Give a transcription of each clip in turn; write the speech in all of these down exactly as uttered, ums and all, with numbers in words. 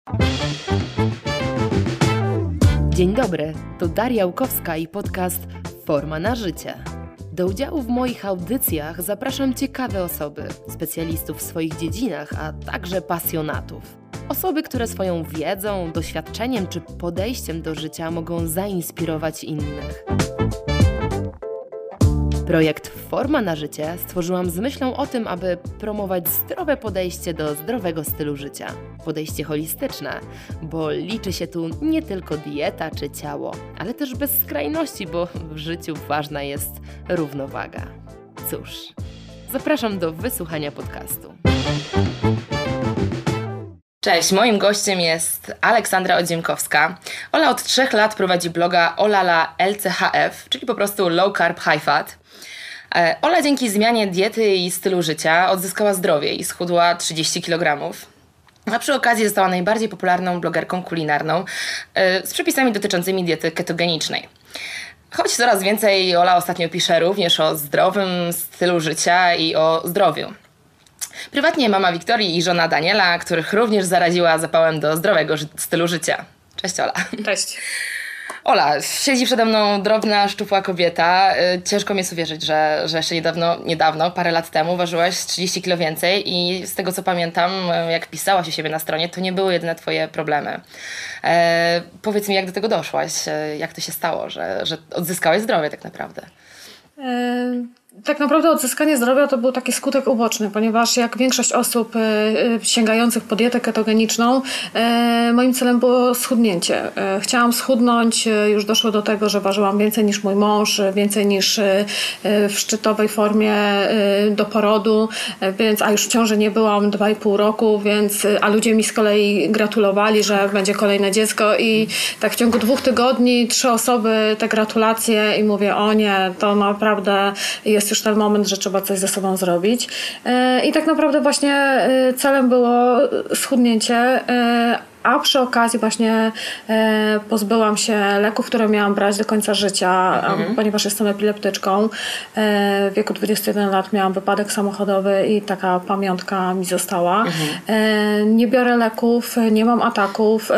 Dzień dobry, to Daria Łukowska i podcast Forma na życie. Do udziału w moich audycjach zapraszam ciekawe osoby, specjalistów w swoich dziedzinach, a także pasjonatów. Osoby, które swoją wiedzą, doświadczeniem czy podejściem do życia mogą zainspirować innych. Projekt Forma na życie stworzyłam z myślą o tym, aby promować zdrowe podejście do zdrowego stylu życia. Podejście holistyczne, bo liczy się tu nie tylko dieta czy ciało, ale też bez skrajności, bo w życiu ważna jest równowaga. Cóż, zapraszam do wysłuchania podcastu. Cześć, moim gościem jest Aleksandra Odziemkowska. Ola od trzech lat prowadzi bloga Olala L C H F, czyli po prostu Low Carb High Fat. Ola dzięki zmianie diety i stylu życia odzyskała zdrowie i schudła trzydzieści kilogramów. A przy okazji została najbardziej popularną blogerką kulinarną z przepisami dotyczącymi diety ketogenicznej. Choć coraz więcej Ola ostatnio pisze również o zdrowym stylu życia i o zdrowiu. Prywatnie mama Wiktorii i żona Daniela, których również zaraziła zapałem do zdrowego ży- stylu życia. Cześć Ola. Cześć. Ola, siedzi przede mną drobna, szczupła kobieta. Ciężko mi jest uwierzyć, że, że jeszcze niedawno, niedawno, parę lat temu ważyłaś trzydzieści kilo więcej i z tego co pamiętam, jak pisałaś o siebie na stronie, to nie były jedyne twoje problemy. E, powiedz mi, jak do tego doszłaś? Jak to się stało, że, że odzyskałaś zdrowie tak naprawdę? E- Tak naprawdę odzyskanie zdrowia to był taki skutek uboczny, ponieważ jak większość osób e, sięgających po dietę ketogeniczną, e, moim celem było schudnięcie. E, chciałam schudnąć, e, już doszło do tego, że ważyłam więcej niż mój mąż, więcej niż e, w szczytowej formie e, do porodu, e, więc, a już w ciąży nie byłam dwa i pół roku, więc, a ludzie mi z kolei gratulowali, że będzie kolejne dziecko i tak w ciągu dwóch tygodni trzy osoby te gratulacje i mówię, o nie, to naprawdę jest już ten moment, że trzeba coś ze sobą zrobić. I tak naprawdę właśnie celem było schudnięcie, a przy okazji właśnie pozbyłam się leków, które miałam brać do końca życia, mhm. ponieważ jestem epileptyczką. W wieku dwudziestu jeden lat miałam wypadek samochodowy i taka pamiątka mi została. Mhm. Nie biorę leków, nie mam ataków.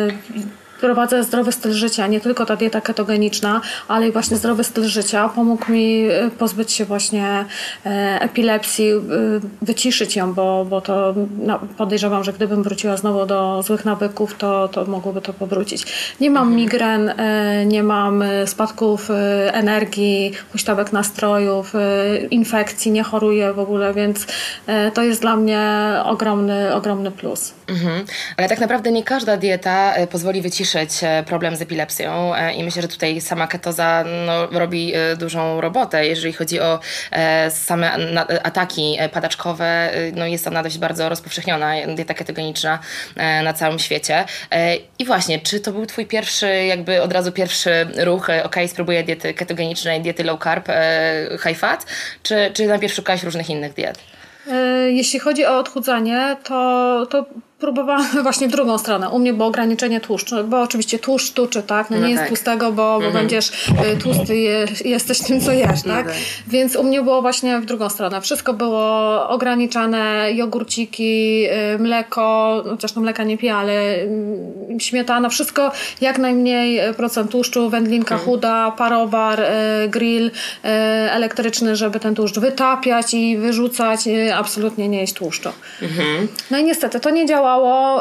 Prowadzę zdrowy styl życia, nie tylko ta dieta ketogeniczna, ale i właśnie zdrowy styl życia pomógł mi pozbyć się właśnie epilepsji, wyciszyć ją, bo, bo to no, podejrzewam, że gdybym wróciła znowu do złych nawyków, to, to mogłoby to powrócić. Nie mam mhm. migren, nie mam spadków energii, huśtawek nastrojów, infekcji, nie choruję w ogóle, więc to jest dla mnie ogromny, ogromny plus. Mhm. Ale tak naprawdę nie każda dieta pozwoli wyciszyć problem z epilepsją i myślę, że tutaj sama ketoza no, robi dużą robotę. Jeżeli chodzi o same ataki padaczkowe, no, jest ona dość bardzo rozpowszechniona, dieta ketogeniczna na całym świecie. I właśnie, czy to był twój pierwszy, jakby od razu pierwszy ruch, ok, spróbuję diety ketogenicznej, diety low carb, high fat, czy, czy najpierw szukałeś różnych innych diet? Jeśli chodzi o odchudzanie, to, to próbowałam właśnie w drugą stronę. U mnie było ograniczenie tłuszczu, bo oczywiście tłuszcz tuczy, tak? No, no nie tak. jest tłustego, bo, bo mhm. będziesz tłusty i jesteś tym, co jesz, tak? No tak? Więc u mnie było właśnie w drugą stronę. Wszystko było ograniczane, jogurciki, mleko, chociaż no mleka nie piję, ale śmietana, wszystko jak najmniej procent tłuszczu, wędlinka mhm. chuda, parowar, grill elektryczny, żeby ten tłuszcz wytapiać i wyrzucać, absolutnie nie jeść tłuszczu. Mhm. No i niestety to nie działało.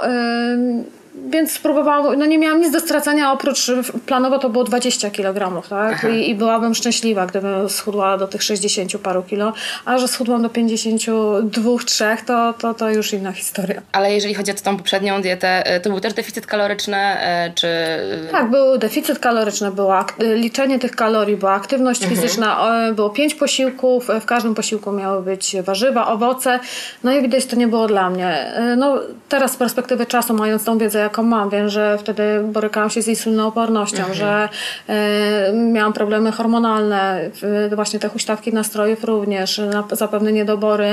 Więc spróbowałam, no nie miałam nic do stracenia, oprócz planowo to było dwadzieścia kilogramów, tak? I, I byłabym szczęśliwa, gdybym schudła do tych sześćdziesięciu paru kilo, a że schudłam do pięćdziesięciu dwóch, trzech, to, to, to już inna historia. Ale jeżeli chodzi o tą poprzednią dietę, to był też deficyt kaloryczny, czy... Tak, był deficyt kaloryczny, było liczenie tych kalorii, była aktywność mhm. fizyczna, było pięć posiłków, w każdym posiłku miały być warzywa, owoce, no i widać, to nie było dla mnie. No teraz z perspektywy czasu, mając tą wiedzę, jaką jaką mam. Wiem, że wtedy borykałam się z insulinoopornością, mhm. że y, miałam problemy hormonalne, y, właśnie te huśtawki nastrojów również, na, zapewne niedobory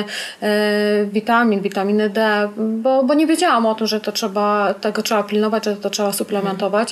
y, witamin, witaminy D, bo, bo nie wiedziałam o tym, że to trzeba, tego trzeba pilnować, że to trzeba suplementować.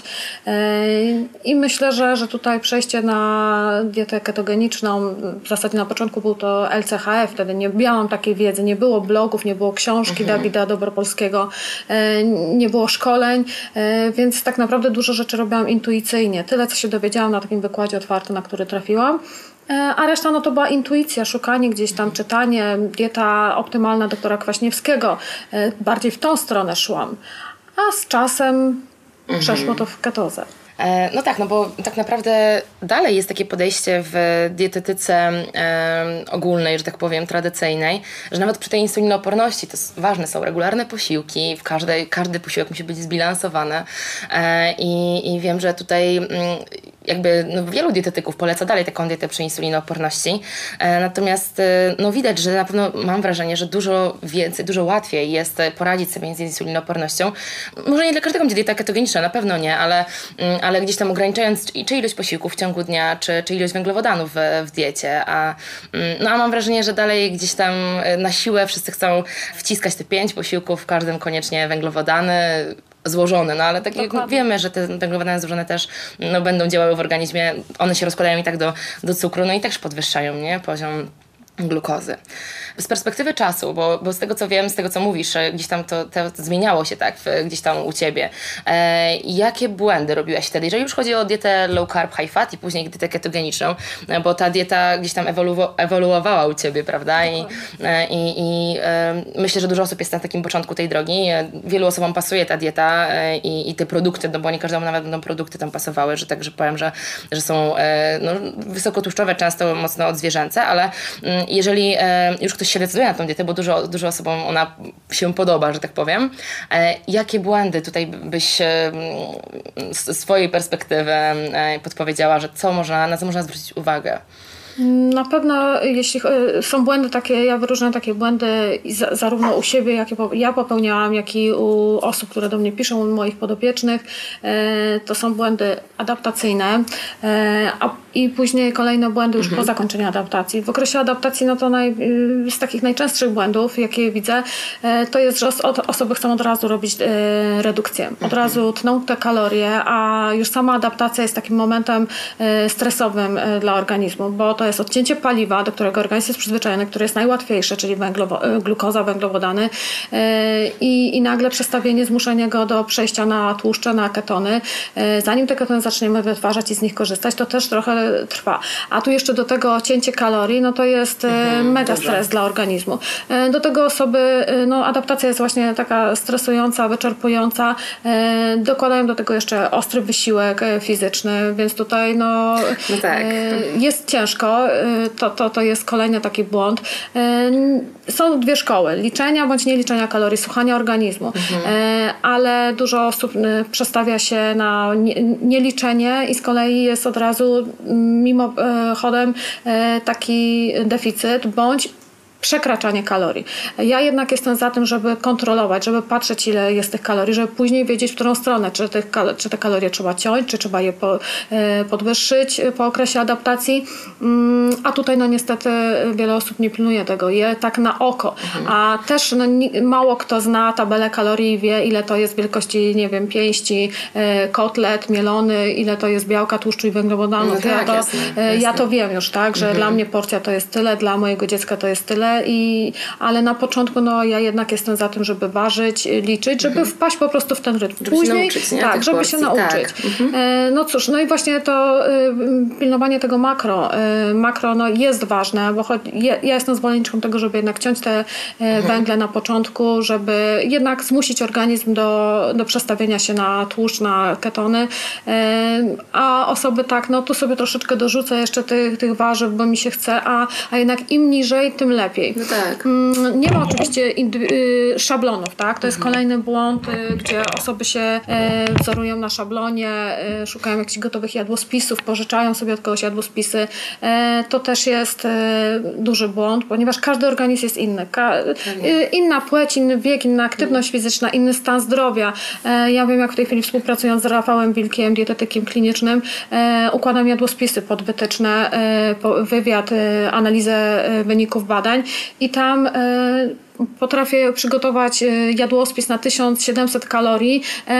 Y, I myślę, że, że tutaj przejście na dietę ketogeniczną, w zasadzie na początku był to L C H F, wtedy nie miałam takiej wiedzy, nie było blogów, nie było książki mhm. Dawida Dobropolskiego, nie było szkoleń, więc tak naprawdę dużo rzeczy robiłam intuicyjnie. Tyle, co się dowiedziałam na takim wykładzie otwartym, na który trafiłam. A reszta no to była intuicja, szukanie gdzieś tam, czytanie, dieta optymalna doktora Kwaśniewskiego. Bardziej w tą stronę szłam. A z czasem mhm. przeszło to w ketozę. No tak, no bo tak naprawdę dalej jest takie podejście w dietetyce e, ogólnej, że tak powiem, tradycyjnej, że nawet przy tej insulinooporności to ważne są regularne posiłki, w każdej, każdy posiłek musi być zbilansowany e, i, i wiem, że tutaj m, jakby no, wielu dietetyków poleca dalej taką dietę przy insulinooporności, e, natomiast e, no, widać, że na pewno mam wrażenie, że dużo więcej, dużo łatwiej jest poradzić sobie z insulinoopornością. Może nie dla każdego będzie dieta ketogeniczna, na pewno nie, ale mm, ale gdzieś tam ograniczając czy ilość posiłków w ciągu dnia, czy, czy ilość węglowodanów w, w diecie, a, no, a mam wrażenie, że dalej gdzieś tam na siłę wszyscy chcą wciskać te pięć posiłków, w każdym koniecznie węglowodany złożone, no ale tak jak wiemy, że te węglowodany złożone też no, będą działały w organizmie, one się rozkładają i tak do, do cukru, no i też podwyższają, nie, poziom glukozy. Z perspektywy czasu, bo, bo z tego co wiem, z tego co mówisz, gdzieś tam to, to zmieniało się tak w, gdzieś tam u Ciebie. E, jakie błędy robiłaś wtedy, jeżeli już chodzi o dietę low carb, high fat i później dietę ketogeniczną, bo ta dieta gdzieś tam ewolu- ewoluowała u Ciebie, prawda? I, e, i, i e, myślę, że dużo osób jest na takim początku tej drogi. Wielu osobom pasuje ta dieta e, i, i te produkty, no bo nie każdemu nawet będą produkty tam pasowały, że także powiem, że, że są e, no, wysokotłuszczowe, często mocno odzwierzęce, ale mm, jeżeli e, już ktoś się decyduje na tą dietę, bo dużo, dużo osobom ona się podoba, że tak powiem. E, jakie błędy tutaj byś e, z swojej perspektywy e, podpowiedziała, że co można, na co można zwrócić uwagę? Na pewno jeśli są błędy takie, ja wyróżniam takie błędy zarówno u siebie, jakie ja popełniałam, jak i u osób, które do mnie piszą, u moich podopiecznych. To są błędy adaptacyjne, a i później kolejne błędy już mhm. po zakończeniu adaptacji. W okresie adaptacji no to naj, z takich najczęstszych błędów, jakie widzę, to jest, że osoby chcą od razu robić redukcję. Od mhm. razu tną te kalorie, a już sama adaptacja jest takim momentem stresowym dla organizmu, bo to jest odcięcie paliwa, do którego organizm jest przyzwyczajony, które jest najłatwiejsze, czyli węglowo- glukoza, węglowodany yy, i, i nagle przestawienie, zmuszenie go do przejścia na tłuszcze, na ketony. Yy, zanim te ketony zaczniemy wytwarzać i z nich korzystać, to też trochę trwa. A tu jeszcze do tego cięcie kalorii, no to jest yy, mhm, mega dobrze. Stres dla organizmu. Yy, do tego osoby, yy, no adaptacja jest właśnie taka stresująca, wyczerpująca. Yy, dokładają do tego jeszcze ostry wysiłek yy, fizyczny, więc tutaj no, no tak. yy, jest ciężko. To, to, to jest kolejny taki błąd. Są dwie szkoły. Liczenia bądź nieliczenia kalorii, słuchania organizmu. Mhm. Ale dużo osób przestawia się na nieliczenie i z kolei jest od razu mimochodem taki deficyt bądź przekraczanie kalorii. Ja jednak jestem za tym, żeby kontrolować, żeby patrzeć, ile jest tych kalorii, żeby później wiedzieć, w którą stronę, czy, tych, czy te kalorie trzeba ciąć, czy trzeba je po, podwyższyć po okresie adaptacji. A tutaj no niestety wiele osób nie pilnuje tego, je tak na oko. Mhm. A też no, mało kto zna tabelę kalorii i wie, ile to jest wielkości, nie wiem, pięści, kotlet, mielony, ile to jest białka, tłuszczu i węglowodanów. No tak, ja, to, jasne, jasne. ja to wiem już, tak, że mhm. dla mnie porcja to jest tyle, dla mojego dziecka to jest tyle. I, ale na początku no, ja jednak jestem za tym, żeby ważyć, liczyć, żeby mhm. wpaść po prostu w ten rytm. Żeby Później, się nauczyć, nie? Tak, Tych żeby porcji, się nauczyć. Tak. Mhm. E, no cóż, no i właśnie to y, pilnowanie tego makro. Y, makro no, jest ważne, bo choć, ja, ja jestem zwolenniczką tego, żeby jednak ciąć te y, mhm. węgle na początku, żeby jednak zmusić organizm do, do przestawienia się na tłuszcz, na ketony. Y, a osoby tak, no tu sobie troszeczkę dorzucę jeszcze tych, tych warzyw, bo mi się chce, a, a jednak im niżej, tym lepiej. lepiej. No tak. Nie ma oczywiście indy- y, szablonów, tak? To jest mhm. kolejny błąd, y, gdzie osoby się y, wzorują na szablonie, y, szukają jakichś gotowych jadłospisów, pożyczają sobie od kogoś jadłospisy. Y, to też jest y, duży błąd, ponieważ każdy organizm jest inny. Ka- y, inna płeć, inny wiek, inna aktywność fizyczna, inny stan zdrowia. Y, ja wiem, jak w tej chwili współpracując z Rafałem Wilkiem, dietetykiem klinicznym, y, układam jadłospisy podwytyczne, y, wywiad, y, analizę y, wyników badań i tam y, potrafię przygotować jadłospis na tysiąc siedemset kalorii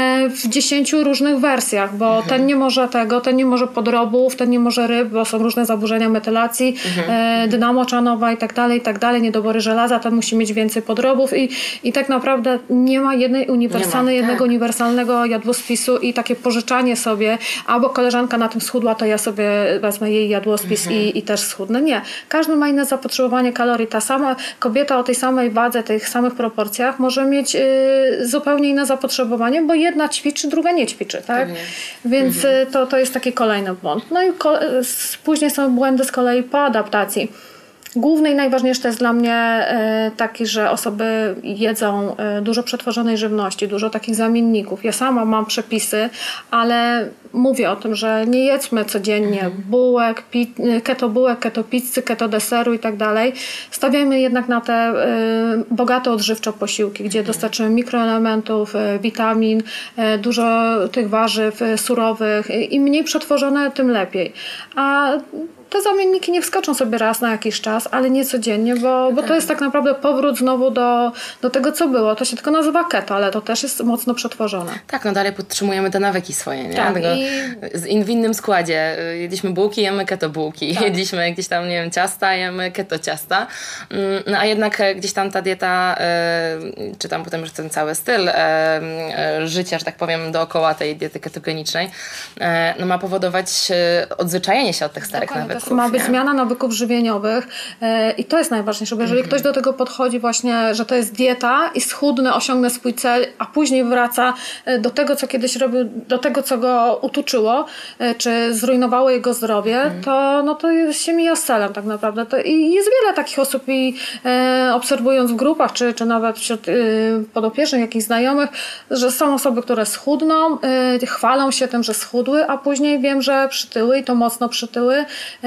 w dziesięciu różnych wersjach, bo mhm. ten nie może tego, ten nie może podrobów, ten nie może ryb, bo są różne zaburzenia metylacji, mhm. dynamoczanowa i tak dalej, i tak dalej, niedobory żelaza, ten musi mieć więcej podrobów i, i tak naprawdę nie ma jednej uniwersalnej, nie ma, jednego tak. uniwersalnego jadłospisu i takie pożyczanie sobie, albo koleżanka na tym schudła, to ja sobie wezmę jej jadłospis mhm. i, i też schudnę. Nie. Każdy ma inne zapotrzebowanie kalorii. Ta sama kobieta o tej samej wadze, tych samych proporcjach może mieć y, zupełnie inne zapotrzebowanie, bo jedna ćwiczy, druga nie ćwiczy, tak? Więc mhm. to, to jest taki kolejny błąd. No i ko- później są błędy z kolei po adaptacji. Główny i najważniejszy jest dla mnie y, taki, że osoby jedzą y, dużo przetworzonej żywności, dużo takich zamienników. Ja sama mam przepisy, ale mówię o tym, że nie jedzmy codziennie mhm. bułek, pi- keto bułek, keto pizzy, keto deseru i tak dalej. Stawiajmy jednak na te y, bogate odżywczo posiłki, gdzie mhm. dostarczymy mikroelementów, y, witamin, y, dużo tych warzyw y, surowych y, i mniej przetworzone, tym lepiej. A te zamienniki nie wskoczą sobie raz na jakiś czas, ale nie codziennie, bo, bo to jest tak naprawdę powrót znowu do, do tego, co było. To się tylko nazywa keto, ale to też jest mocno przetworzone. Tak, no dalej podtrzymujemy te nawyki swoje, nie? Tak, Tego, i... z in, w innym składzie. Jedliśmy bułki, jemy keto bułki. Tak. Jedliśmy gdzieś tam, nie wiem, ciasta, jemy keto ciasta. No a jednak gdzieś tam ta dieta, czy tam potem już ten cały styl życia, że tak powiem, dookoła tej diety ketogenicznej, no ma powodować odzwyczajenie się od tych starych Dokładnie, nawyków. To ma być nie? zmiana nawyków żywieniowych yy, i to jest najważniejsze, bo jeżeli mm-hmm. ktoś do tego podchodzi właśnie, że to jest dieta i schudnę, osiągnę swój cel, a później wraca do tego, co kiedyś robił, do tego, co go utuczyło, yy, czy zrujnowało jego zdrowie, mm. to, no to jest, się mija z celem tak naprawdę. To, i jest wiele takich osób i yy, obserwując w grupach, czy, czy nawet wśród yy, podopiecznych, jakichś znajomych, że są osoby, które schudną, yy, chwalą się tym, że schudły, a później wiem, że przytyły i to mocno przytyły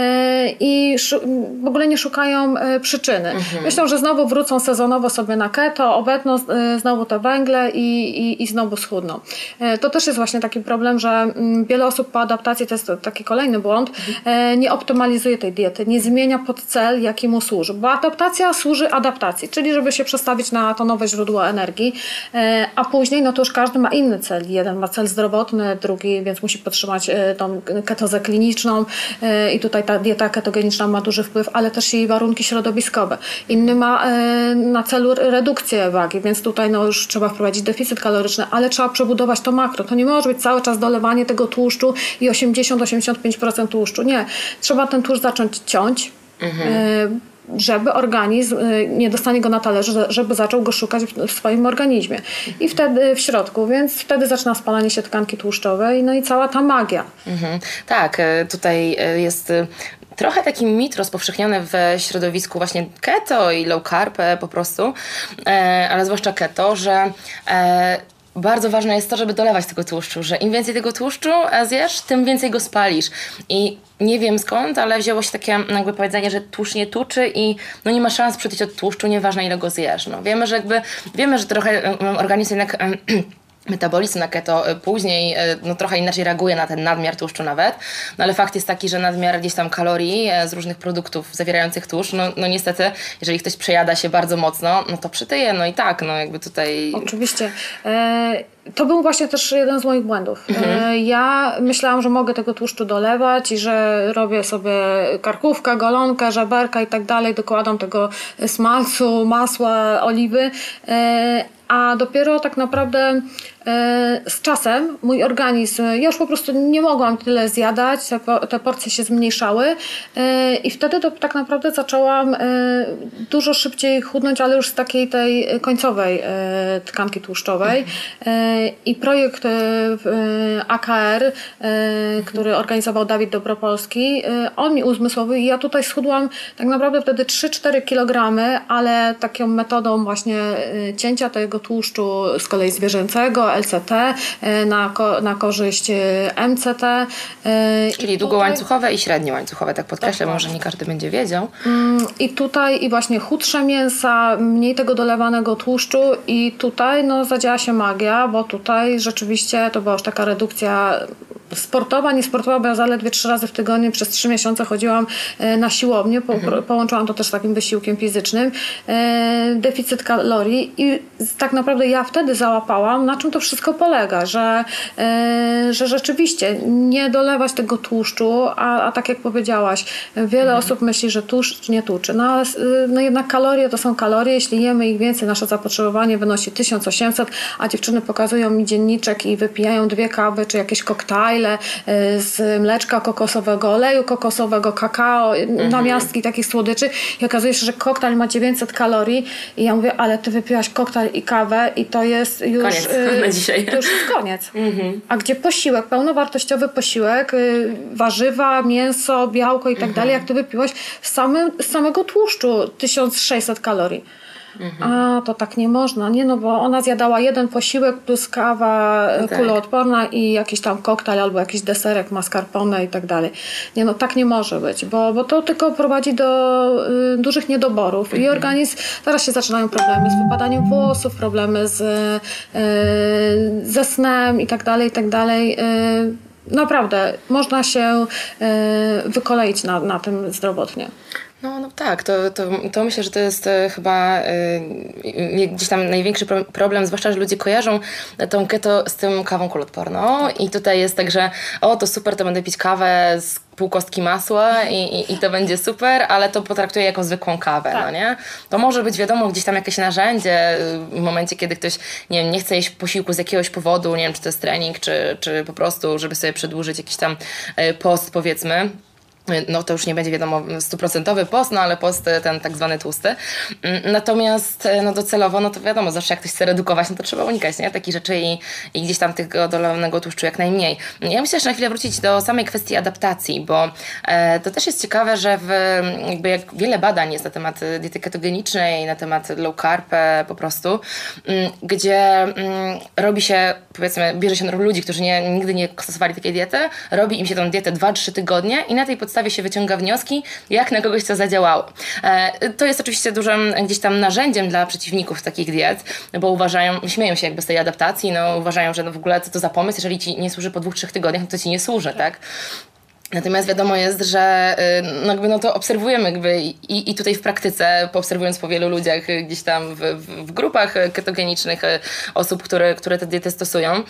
i w ogóle nie szukają przyczyny. Mhm. Myślą, że znowu wrócą sezonowo sobie na keto, obetną znowu te węgle i, i, i znowu schudną. To też jest właśnie taki problem, że wiele osób po adaptacji, to jest taki kolejny błąd, mhm. nie optymalizuje tej diety, nie zmienia pod cel, jaki mu służy. Bo adaptacja służy adaptacji, czyli żeby się przestawić na to nowe źródło energii, a później no to już każdy ma inny cel. Jeden ma cel zdrowotny, drugi, więc musi podtrzymać tą ketozę kliniczną, i tutaj ta dieta ketogeniczna ma duży wpływ, ale też jej warunki środowiskowe. Inny ma na celu redukcję wagi, więc tutaj no już trzeba wprowadzić deficyt kaloryczny, ale trzeba przebudować to makro. To nie może być cały czas dolewanie tego tłuszczu i osiemdziesiąt do osiemdziesięciu pięciu procent tłuszczu. Nie. Trzeba ten tłuszcz zacząć ciąć, mhm. żeby organizm nie dostanie go na talerzu, żeby zaczął go szukać w swoim organizmie. I wtedy w środku, więc wtedy zaczyna spalanie się tkanki tłuszczowej, no i cała ta magia. Mhm. Tak, tutaj jest trochę taki mit rozpowszechniony w środowisku właśnie keto i low carb po prostu, ale zwłaszcza keto, że bardzo ważne jest to, żeby dolewać tego tłuszczu, że im więcej tego tłuszczu zjesz, tym więcej go spalisz. I nie wiem skąd, ale wzięło się takie jakby powiedzenie, że tłuszcz nie tuczy i no nie ma szans przytyć od tłuszczu, nieważne ile go zjesz. No, wiemy, że jakby, wiemy, że trochę organizm jednak metabolizm na keto później no, trochę inaczej reaguje na ten nadmiar tłuszczu nawet, no ale fakt jest taki, że nadmiar gdzieś tam kalorii z różnych produktów zawierających tłuszcz, no, no niestety, jeżeli ktoś przejada się bardzo mocno, no to przytyje, no i tak, no jakby tutaj... Oczywiście. E- To był właśnie też jeden z moich błędów. Mhm. Ja myślałam, że mogę tego tłuszczu dolewać i że robię sobie karkówkę, golonkę, żeberka i tak dalej, dokładam tego smalcu, masła, oliwy, a dopiero tak naprawdę z czasem mój organizm, ja już po prostu nie mogłam tyle zjadać, te, te porcje się zmniejszały i wtedy to tak naprawdę zaczęłam dużo szybciej chudnąć, ale już z takiej tej końcowej tkanki tłuszczowej. i projekt A K R, który organizował Dawid Dobropolski, on mi uzmysłowił i ja tutaj schudłam tak naprawdę wtedy trzy cztery kilogramy, ale taką metodą właśnie cięcia tego tłuszczu z kolei zwierzęcego, L C T, na, ko- na korzyść M C T. Czyli długołańcuchowe i średniołańcuchowe, tak podkreślę, tak, może nie każdy będzie wiedział. I tutaj i właśnie chudsze mięsa, mniej tego dolewanego tłuszczu i tutaj no zadziała się magia, bo tutaj rzeczywiście to była już taka redukcja sportowa, nie sportowa, bo ja zaledwie trzy razy w tygodniu przez trzy miesiące chodziłam na siłownię, po, mhm. połączyłam to też z takim wysiłkiem fizycznym, e, deficyt kalorii i tak naprawdę ja wtedy załapałam, na czym to wszystko polega, że, e, że rzeczywiście nie dolewać tego tłuszczu, a, a tak jak powiedziałaś, wiele mhm. osób myśli, że tłuszcz nie tuczy, no ale no jednak kalorie to są kalorie, jeśli jemy ich więcej, nasze zapotrzebowanie wynosi tysiąc osiemset, a dziewczyny pokazują mi dzienniczek i wypijają dwie kawy, czy jakieś koktajle z mleczka kokosowego, oleju kokosowego, kakao, mhm. namiastki takich słodyczy i okazuje się, że koktajl ma dziewięćset kalorii i ja mówię, ale ty wypiłaś koktajl i kawę i to jest już koniec y, na dzisiaj. To już jest koniec. Mhm. A gdzie posiłek, pełnowartościowy posiłek, y, warzywa, mięso, białko i tak mhm. dalej, jak ty wypiłaś z, samym, z samego tłuszczu tysiąc sześćset kalorii. Mhm. A, to tak nie można, nie, no bo ona zjadała jeden posiłek plus kawa no tak. kuloodporna i jakiś tam koktajl albo jakiś deserek, mascarpone i tak dalej. Nie, no tak nie może być, bo, bo to tylko prowadzi do y, dużych niedoborów mhm. i organizm, zaraz się zaczynają problemy z wypadaniem włosów, problemy z, y, ze snem i tak dalej, i tak dalej. Y, naprawdę, można się y, wykoleić na, na tym zdrowotnie. No, no tak, to, to, to myślę, że to jest e, chyba e, gdzieś tam największy pro, problem, zwłaszcza, że ludzie kojarzą tą keto z tym kawą kuloodporną i tutaj jest tak, że o, to super, to będę pić kawę z pół kostki masła i, i, i to będzie super, ale to potraktuję jako zwykłą kawę, tak. no nie? To może być wiadomo gdzieś tam jakieś narzędzie w momencie, kiedy ktoś, nie wiem, nie chce jeść posiłku z jakiegoś powodu, nie wiem, czy to jest trening, czy, czy po prostu, żeby sobie przedłużyć jakiś tam post, powiedzmy. No to już nie będzie wiadomo stuprocentowy post, no ale post ten tak zwany tłusty. Natomiast no docelowo, no to wiadomo, zawsze jak ktoś chce redukować, no to trzeba unikać, nie? Takich rzeczy i, i gdzieś tam tego dolewanego tłuszczu jak najmniej. Ja myślę, że na chwilę wrócić do samej kwestii adaptacji, bo e, to też jest ciekawe, że w, jakby jak wiele badań jest na temat diety ketogenicznej, na temat low carb po prostu, m, gdzie m, robi się, powiedzmy, bierze się ludzi, którzy nie, nigdy nie stosowali takiej diety, robi im się tą dietę dwa trzy tygodnie i na tej podstawie się wyciąga wnioski, jak na kogoś to zadziałało. E, to jest oczywiście dużym gdzieś tam narzędziem dla przeciwników takich diet, bo uważają, śmieją się jakby z tej adaptacji, no uważają, że no w ogóle co to za pomysł, jeżeli ci nie służy po dwóch, trzech tygodniach, no to ci nie służy, tak? Natomiast wiadomo jest, że no jakby no to obserwujemy jakby i, i tutaj w praktyce, poobserwując po wielu ludziach gdzieś tam w, w, w grupach ketogenicznych osób, które, które te diety stosują.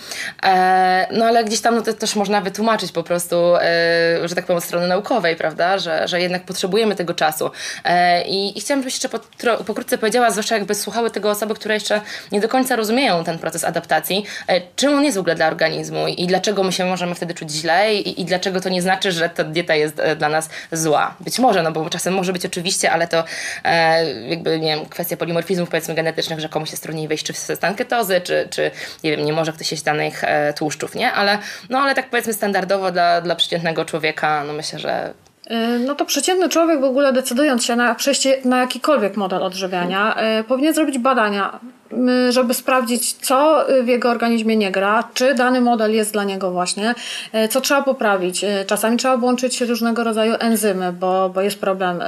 E, no ale gdzieś tam no to też można wytłumaczyć po prostu, e, że tak powiem, od strony naukowej, prawda, że, że jednak potrzebujemy tego czasu. E, i, I chciałam, żebyś jeszcze po, pokrótce powiedziała, zwłaszcza jakby słuchały tego osoby, które jeszcze nie do końca rozumieją ten proces adaptacji, e, czym on jest w ogóle dla organizmu i, i dlaczego my się możemy wtedy czuć źle i, i dlaczego to nie znaczy, że ta dieta jest dla nas zła. Być może, no bo czasem może być oczywiście, ale to e, jakby, nie wiem, kwestia polimorfizmów, powiedzmy, genetycznych, że komuś jest trudniej wejść czy w stan ketozy, czy, czy nie wiem, nie może ktoś jeść danych e, tłuszczów, nie? Ale, no ale tak powiedzmy standardowo dla, dla przeciętnego człowieka, no myślę, że no to przeciętny człowiek w ogóle decydując się na przejście na jakikolwiek model odżywiania, e, powinien zrobić badania, żeby sprawdzić, co w jego organizmie nie gra, czy dany model jest dla niego właśnie, co trzeba poprawić. Czasami trzeba włączyć różnego rodzaju enzymy, bo, bo jest problem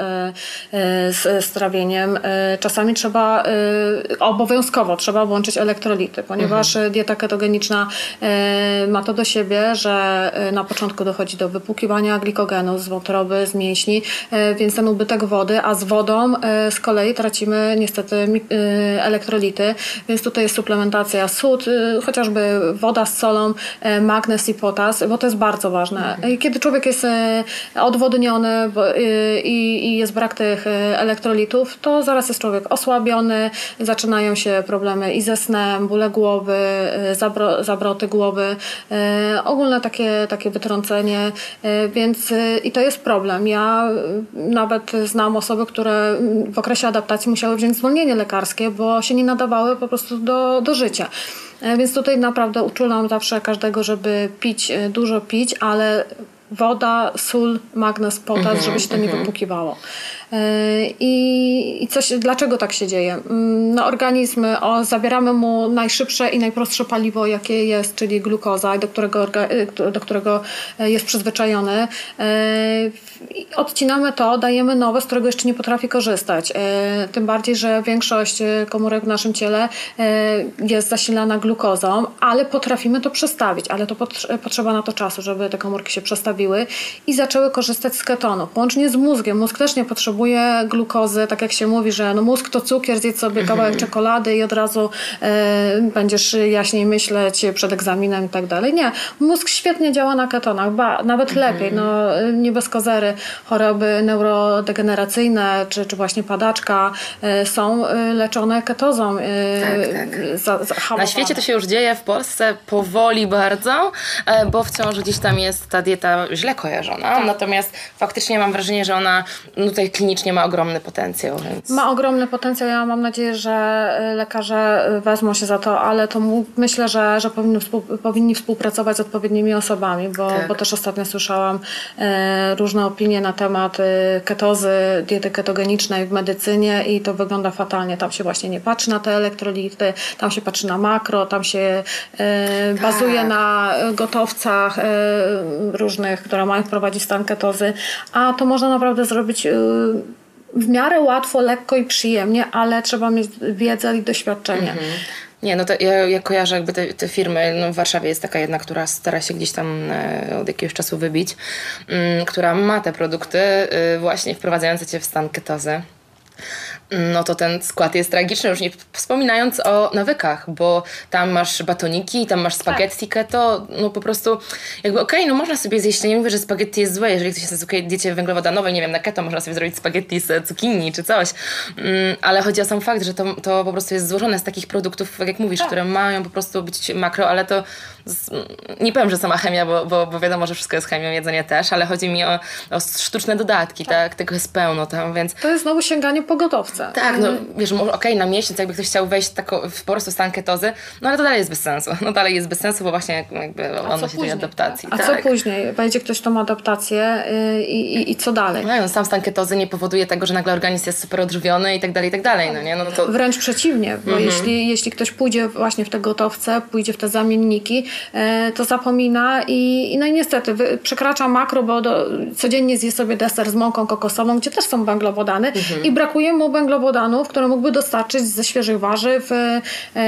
z strawieniem. Czasami trzeba, obowiązkowo trzeba włączyć elektrolity, ponieważ mhm. dieta ketogeniczna ma to do siebie, że na początku dochodzi do wypłukiwania glikogenu z wątroby, z mięśni, więc ten ubytek wody, a z wodą z kolei tracimy niestety elektrolity. Więc tutaj jest suplementacja sód, chociażby woda z solą, magnez i potas, bo to jest bardzo ważne. Mhm. Kiedy człowiek jest odwodniony i jest brak tych elektrolitów, to zaraz jest człowiek osłabiony, zaczynają się problemy i ze snem, bóle głowy, zabro, zabroty głowy, ogólne takie, takie wytrącenie, więc i to jest problem. Ja nawet znam osoby, które w okresie adaptacji musiały wziąć zwolnienie lekarskie, bo się nie nadawały po prostu do, do życia. Więc tutaj naprawdę uczulam zawsze każdego, żeby pić, dużo pić, ale woda, sól, magnez, potas, mm-hmm, żeby się to nie mm-hmm. wypłukiwało. I, i coś, dlaczego tak się dzieje? No, organizm, o, zabieramy mu najszybsze i najprostsze paliwo, jakie jest, czyli glukoza, do którego, do którego jest przyzwyczajony. Odcinamy to, dajemy nowe, z którego jeszcze nie potrafi korzystać. Tym bardziej, że większość komórek w naszym ciele jest zasilana glukozą, ale potrafimy to przestawić, ale to potrzeba na to czasu, żeby te komórki się przestawiły i zaczęły korzystać z ketonów. Łącznie z mózgiem. Mózg też nie potrzebuje glukozy, tak jak się mówi, że no mózg to cukier, zjedz sobie kawałek czekolady i od razu e, będziesz jaśniej myśleć przed egzaminem i tak dalej. Nie. Mózg świetnie działa na ketonach, ba, nawet lepiej. No, nie bez kozery choroby neurodegeneracyjne czy, czy właśnie padaczka e, są leczone ketozą. E, tak, tak. Za, za na świecie to się już dzieje, w Polsce powoli bardzo, e, bo wciąż gdzieś tam jest ta dieta źle kojarzona. Tak. Natomiast faktycznie mam wrażenie, że ona no, tutaj klinicznie ma ogromny potencjał. Więc... Ma ogromny potencjał. Ja mam nadzieję, że lekarze wezmą się za to, ale to mu, myślę, że, że powinni, współ, powinni współpracować z odpowiednimi osobami, bo, tak. bo też ostatnio słyszałam e, różne opinie na temat e, ketozy, diety ketogenicznej w medycynie i to wygląda fatalnie. Tam się właśnie nie patrzy na te elektrolity, tam się patrzy na makro, tam się e, tak. bazuje na gotowcach e, różnych, które mają wprowadzić stan ketozy, a to można naprawdę zrobić e, w miarę łatwo, lekko i przyjemnie, ale trzeba mieć wiedzę i doświadczenie. Mhm. Nie, no to ja, ja kojarzę jakby te, te firmy, no w Warszawie jest taka jedna, która stara się gdzieś tam e, od jakiegoś czasu wybić, m, która ma te produkty e, właśnie wprowadzające cię w stan ketozy. No to ten skład jest tragiczny, już nie wspominając o nawykach, bo tam masz batoniki, tam masz spaghetti keto, no po prostu jakby okej, okay, no można sobie zjeść, nie mówię, że spaghetti jest złe, jeżeli ktoś jest na diecie węglowodanowej, nie wiem, na keto można sobie zrobić spaghetti z cukinii czy coś, mm, ale chodzi o sam fakt, że to, to po prostu jest złożone z takich produktów, jak mówisz, tak. które mają po prostu być makro, ale to z, nie powiem, że sama chemia, bo, bo, bo wiadomo, że wszystko jest chemią, jedzenie też, ale chodzi mi o, o sztuczne dodatki, tak. tak, tego jest pełno tam, więc... To jest znowu sięganie po gotowce. Tak, no wiesz, okej, okay, na miesiąc jakby ktoś chciał wejść tako, w po prostu stan ketozy, no ale to dalej jest bez sensu. No dalej jest bez sensu, bo właśnie jakby ono się tej adaptacji. A tak. co później? Wejdzie ktoś tą adaptację yy, i, i co dalej? No, no sam stan ketozy nie powoduje tego, że nagle organizm jest super odżywiony i tak dalej, i tak dalej, no nie? No, to... Wręcz przeciwnie, bo mhm. jeśli, jeśli ktoś pójdzie właśnie w te gotowce, pójdzie w te zamienniki, yy, to zapomina i, i no i niestety wy, przekracza makro, bo do, codziennie zje sobie deser z mąką kokosową, gdzie też są węglowodany mhm. i brakuje mu węglowodanów, które mógłby dostarczyć ze świeżych warzyw, e,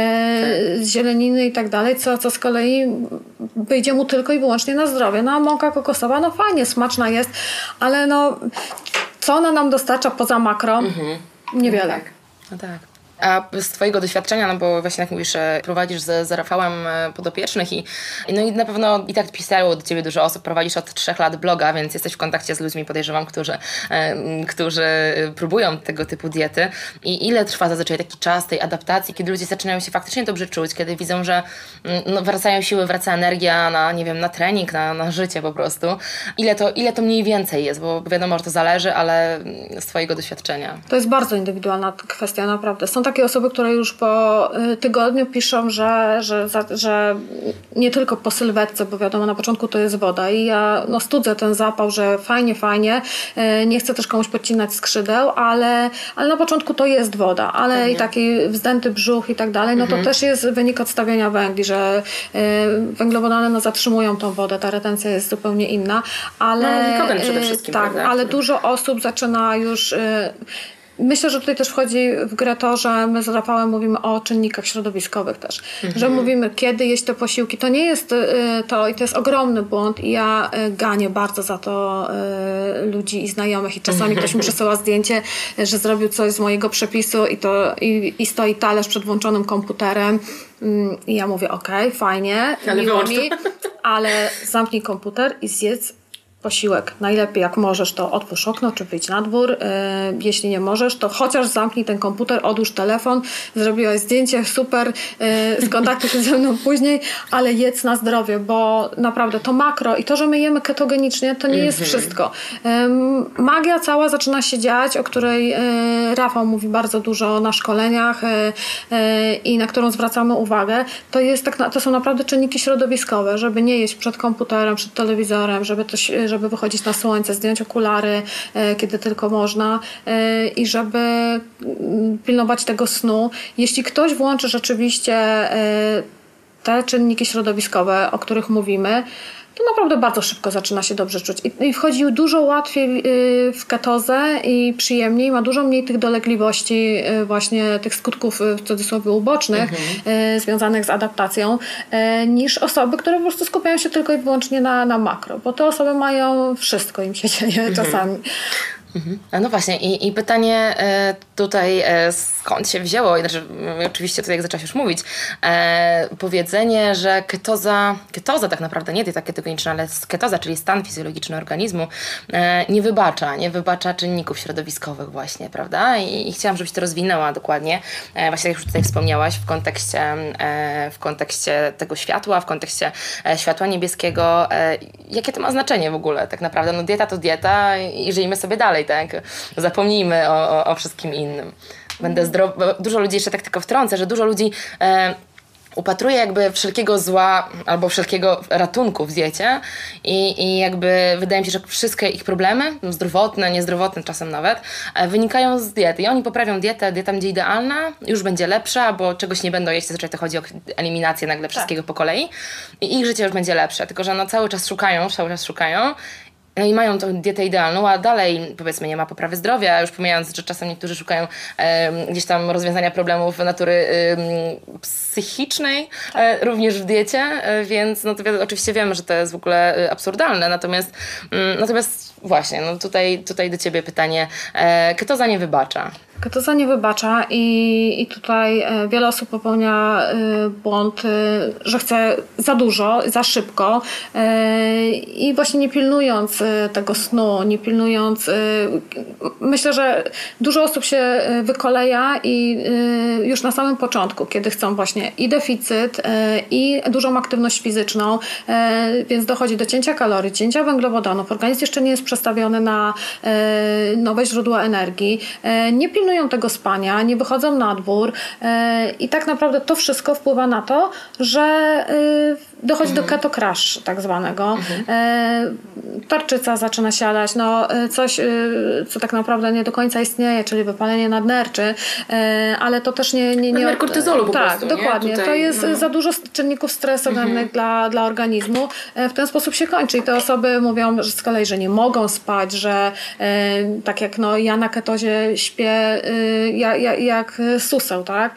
z zieleniny i tak dalej, co, co z kolei wyjdzie mu tylko i wyłącznie na zdrowie. No a mąka kokosowa, no fajnie, smaczna jest, ale no co ona nam dostarcza poza makro? Mhm. Niewiele. No tak. No tak. A z twojego doświadczenia, no bo właśnie jak mówisz, prowadzisz z, z Rafałem podopiecznych i no i na pewno i tak pisało do ciebie dużo osób, prowadzisz od trzech lat bloga, więc jesteś w kontakcie z ludźmi, podejrzewam, którzy, e, którzy próbują tego typu diety. I ile trwa zazwyczaj taki czas tej adaptacji, kiedy ludzie zaczynają się faktycznie dobrze czuć, kiedy widzą, że no, wracają siły, wraca energia na, nie wiem, na trening, na, na życie po prostu. Ile to, ile to mniej więcej jest, bo wiadomo, że to zależy, ale z twojego doświadczenia. To jest bardzo indywidualna kwestia, naprawdę. Są takie osoby, które już po tygodniu piszą, że, że, że nie tylko po sylwetce, bo wiadomo, na początku to jest woda i ja no, studzę ten zapał, że fajnie, fajnie, nie chcę też komuś podcinać skrzydeł, ale, ale na początku to jest woda, ale Pewnie. i taki wzdęty brzuch i tak dalej, no to mhm. też jest wynik odstawiania węgli, że węglowodany no, zatrzymują tą wodę, ta retencja jest zupełnie inna, ale, no, glikogen przede wszystkim, tak, prawda? ale dużo osób zaczyna już... Myślę, że tutaj też wchodzi w grę to, że my z Rafałem mówimy o czynnikach środowiskowych też. Mhm. Że mówimy, kiedy jeść te posiłki. To nie jest to i to jest ogromny błąd i ja ganię bardzo za to ludzi i znajomych i czasami mhm. ktoś mi przesyła zdjęcie, że zrobił coś z mojego przepisu i, to, i, i stoi talerz przed włączonym komputerem i ja mówię, okej, okay, fajnie, ale miło mi, ale zamknij komputer i zjedz posiłek. Najlepiej jak możesz, to otwórz okno, czy wyjdź na dwór. Yy, jeśli nie możesz, to chociaż zamknij ten komputer, odłóż telefon, zrobiłaś zdjęcie, super, yy, skontaktuj się ze mną później, ale jedz na zdrowie, bo naprawdę to makro i to, że my jemy ketogenicznie, to nie jest mm-hmm. wszystko. Yy, magia cała zaczyna się dziać, o której yy, Rafał mówi bardzo dużo na szkoleniach yy, yy, i na którą zwracamy uwagę. To, jest tak na, to są naprawdę czynniki środowiskowe, żeby nie jeść przed komputerem, przed telewizorem, żeby to żeby wychodzić na słońce, zdjąć okulary, e, kiedy tylko można e, i żeby pilnować tego snu. Jeśli ktoś włączy rzeczywiście e, te czynniki środowiskowe, o których mówimy, to naprawdę bardzo szybko zaczyna się dobrze czuć. I, i wchodzi dużo łatwiej y, w ketozę i przyjemniej, ma dużo mniej tych dolegliwości, y, właśnie tych skutków y, w cudzysłowie ubocznych mhm. y, związanych z adaptacją, y, niż osoby, które po prostu skupiają się tylko i wyłącznie na, na makro, bo te osoby mają wszystko, im się dzieje mhm. czasami. Mhm. No właśnie i, i pytanie e, tutaj e, skąd się wzięło, znaczy oczywiście tutaj jak zaczęłaś już mówić, e, powiedzenie, że ketoza, ketoza tak naprawdę nie dieta ketogeniczna, ale ketoza, czyli stan fizjologiczny organizmu e, nie wybacza, nie wybacza czynników środowiskowych właśnie, prawda? I, i chciałam, żebyś to rozwinęła dokładnie, e, właśnie jak już tutaj wspomniałaś w kontekście, e, w kontekście tego światła, w kontekście e, światła niebieskiego, e, jakie to ma znaczenie w ogóle tak naprawdę? No dieta to dieta i żyjmy sobie dalej. Tak? Zapomnijmy o, o, o wszystkim innym. Będę zdrowa. Dużo ludzi, jeszcze tak tylko wtrącę, że dużo ludzi e, upatruje jakby wszelkiego zła albo wszelkiego ratunku w diecie i, i jakby wydaje mi się, że wszystkie ich problemy, zdrowotne, niezdrowotne czasem nawet, e, wynikają z diety. I oni poprawią dietę, dieta będzie idealna, już będzie lepsza, bo czegoś nie będą jeść, zazwyczaj to chodzi o eliminację nagle wszystkiego tak. po kolei i ich życie już będzie lepsze. Tylko że no cały czas szukają, cały czas szukają i mają tą dietę idealną, a dalej powiedzmy nie ma poprawy zdrowia, już pomijając, że czasem niektórzy szukają e, gdzieś tam rozwiązania problemów natury e, psychicznej e, również w diecie, e, więc no to wi- oczywiście wiemy, że to jest w ogóle e, absurdalne, natomiast mm, natomiast właśnie, no tutaj, tutaj do Ciebie pytanie, e, ketoza nie wybacza. Ketoza nie wybacza i, i tutaj wiele osób popełnia błąd, że chce za dużo, za szybko i właśnie nie pilnując tego snu, nie pilnując, myślę, że dużo osób się wykoleja i już na samym początku, kiedy chcą właśnie i deficyt, i dużą aktywność fizyczną, więc dochodzi do cięcia kalorii, cięcia węglowodanów, organizm jeszcze nie jest przestawiony na nowe źródła energii, nie pilnują tego spania, nie wychodzą na dwór yy, i tak naprawdę to wszystko wpływa na to, że yy, dochodzi mhm. do keto crash tak zwanego. Mhm. Yy, tarczyca zaczyna siadać, no yy, coś, yy, co tak naprawdę nie do końca istnieje, czyli wypalenie nadnerczy, yy, ale to też nie... nie, nie Nadmiar kortyzolu po tak, prostu. Tak, dokładnie. Tutaj, to jest no. za dużo czynników stresogennych mhm. dla, dla organizmu. Yy, w ten sposób się kończy i te osoby mówią że z kolei, że nie mogą spać, że yy, tak jak no, ja na ketozie śpię Jak, jak, jak suseł, tak?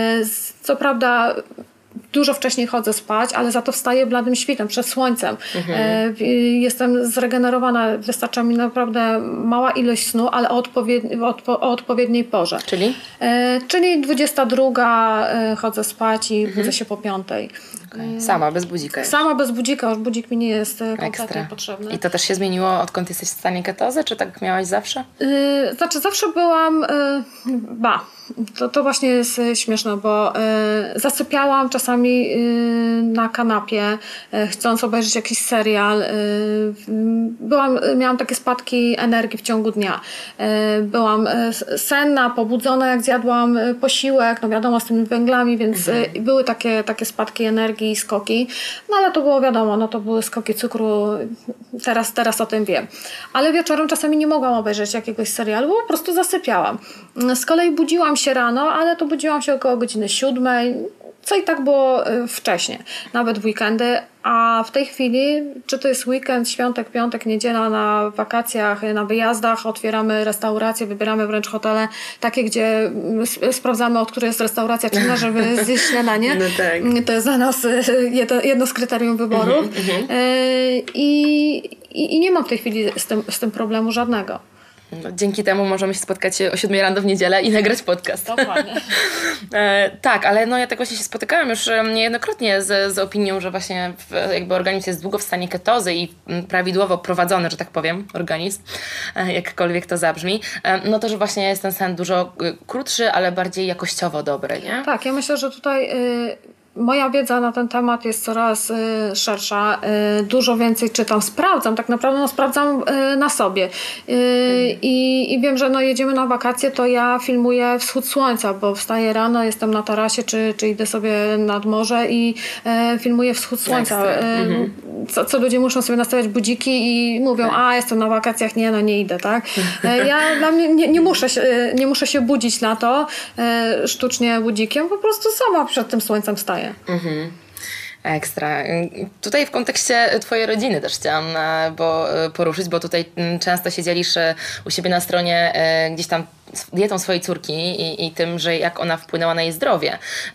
Co prawda dużo wcześniej chodzę spać, ale za to wstaję bladym świtem, przed słońcem. Mhm. Jestem zregenerowana, wystarcza mi naprawdę mała ilość snu, ale o, odpowiedni, o, o odpowiedniej porze. Czyli? Czyli dwudziesta druga chodzę spać i mhm. budzę się po piątej. Okay. Sama, bez budzika. Sama bez budzika, już budzik mi nie jest kompletnie Ekstra. potrzebny. I to też się zmieniło, odkąd jesteś w stanie ketozy, czy tak miałaś zawsze? Yy, znaczy zawsze byłam, yy, ba, to, to właśnie jest śmieszne, bo yy, zasypiałam czasami yy, na kanapie, yy, chcąc obejrzeć jakiś serial. Yy, byłam, miałam takie spadki energii w ciągu dnia. Yy, byłam yy, senna, pobudzona, jak zjadłam yy, posiłek, no wiadomo, z tymi węglami, więc mhm. yy, były takie, takie spadki energii i skoki, no ale to było wiadomo, no to były skoki cukru, teraz, teraz o tym wiem. Ale wieczorem czasami nie mogłam obejrzeć jakiegoś serialu, bo po prostu zasypiałam. Z kolei budziłam się rano, ale to budziłam się około godziny siódmej, co i tak było wcześnie, nawet w weekendy, a w tej chwili, czy to jest weekend, świątek, piątek, niedziela, na wakacjach, na wyjazdach, otwieramy restauracje, wybieramy wręcz hotele takie, gdzie sprawdzamy, od której jest restauracja czynna, żeby zjeść śniadanie. No tak. To jest dla nas jedno, jedno z kryterium wyborów. Mm-hmm. I, i, I nie mam w tej chwili z tym, z tym problemu żadnego. No, dzięki temu możemy się spotkać o siódmej rano w niedzielę i nagrać podcast. Dokładnie. e, tak, ale no ja tak właśnie się spotykałam już niejednokrotnie z, z opinią, że właśnie w, jakby organizm jest długo w stanie ketozy i prawidłowo prowadzony, że tak powiem, organizm, e, jakkolwiek to zabrzmi, e, no to, że właśnie jest ten sen dużo krótszy, ale bardziej jakościowo dobry, nie? Tak, ja myślę, że tutaj... Y- Moja wiedza na ten temat jest coraz y, szersza, y, dużo więcej czytam, sprawdzam, tak naprawdę no, sprawdzam y, na sobie y, i, i wiem, że no, jedziemy na wakacje, to ja filmuję wschód słońca, bo wstaję rano, jestem na tarasie, czy, czy idę sobie nad morze i y, filmuję wschód słońca. Y, mhm. co, co ludzie muszą sobie nastawiać budziki i mówią, tak. a jestem na wakacjach, nie, no nie idę, tak? Y, ja dla mnie nie, nie, muszę się, y, nie muszę się budzić na to y, sztucznie budzikiem, po prostu sama przed tym słońcem wstaję. Mhm. Ekstra. Tutaj w kontekście twojej rodziny też chciałam bo, poruszyć, bo tutaj często się dzielisz u siebie na stronie gdzieś tam dietą swojej córki i, i tym, że jak ona wpłynęła na jej zdrowie.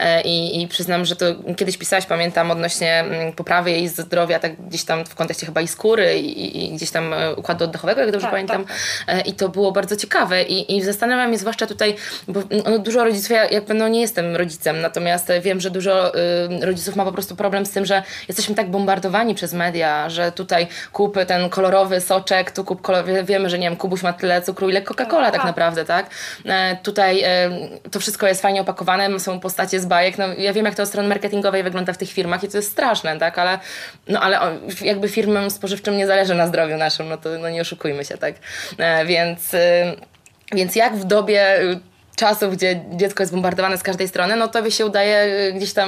I, I przyznam, że to kiedyś pisałaś, pamiętam, odnośnie poprawy jej zdrowia, tak gdzieś tam w kontekście chyba i skóry i, i gdzieś tam układu oddechowego, jak dobrze tak, pamiętam. Tak. I to było bardzo ciekawe i, i zastanawiam się zwłaszcza tutaj, bo no, dużo rodziców, ja jakby no nie jestem rodzicem, natomiast wiem, że dużo y, rodziców ma po prostu problem z tym, że jesteśmy tak bombardowani przez media, że tutaj kup ten kolorowy soczek, tu kup kolorowy, wiemy, że nie wiem, Kubuś ma tyle cukru, ile Coca-Cola tak, tak naprawdę, tak? E, tutaj e, to wszystko jest fajnie opakowane, są postacie z bajek, no ja wiem, jak to od strony marketingowej wygląda w tych firmach i to jest straszne, tak? Ale, no, ale jakby firmom spożywczym nie zależy na zdrowiu naszym, no to no nie oszukujmy się, tak? E, więc, e, więc jak w dobie czasów, gdzie dziecko jest bombardowane z każdej strony, no tobie się udaje gdzieś tam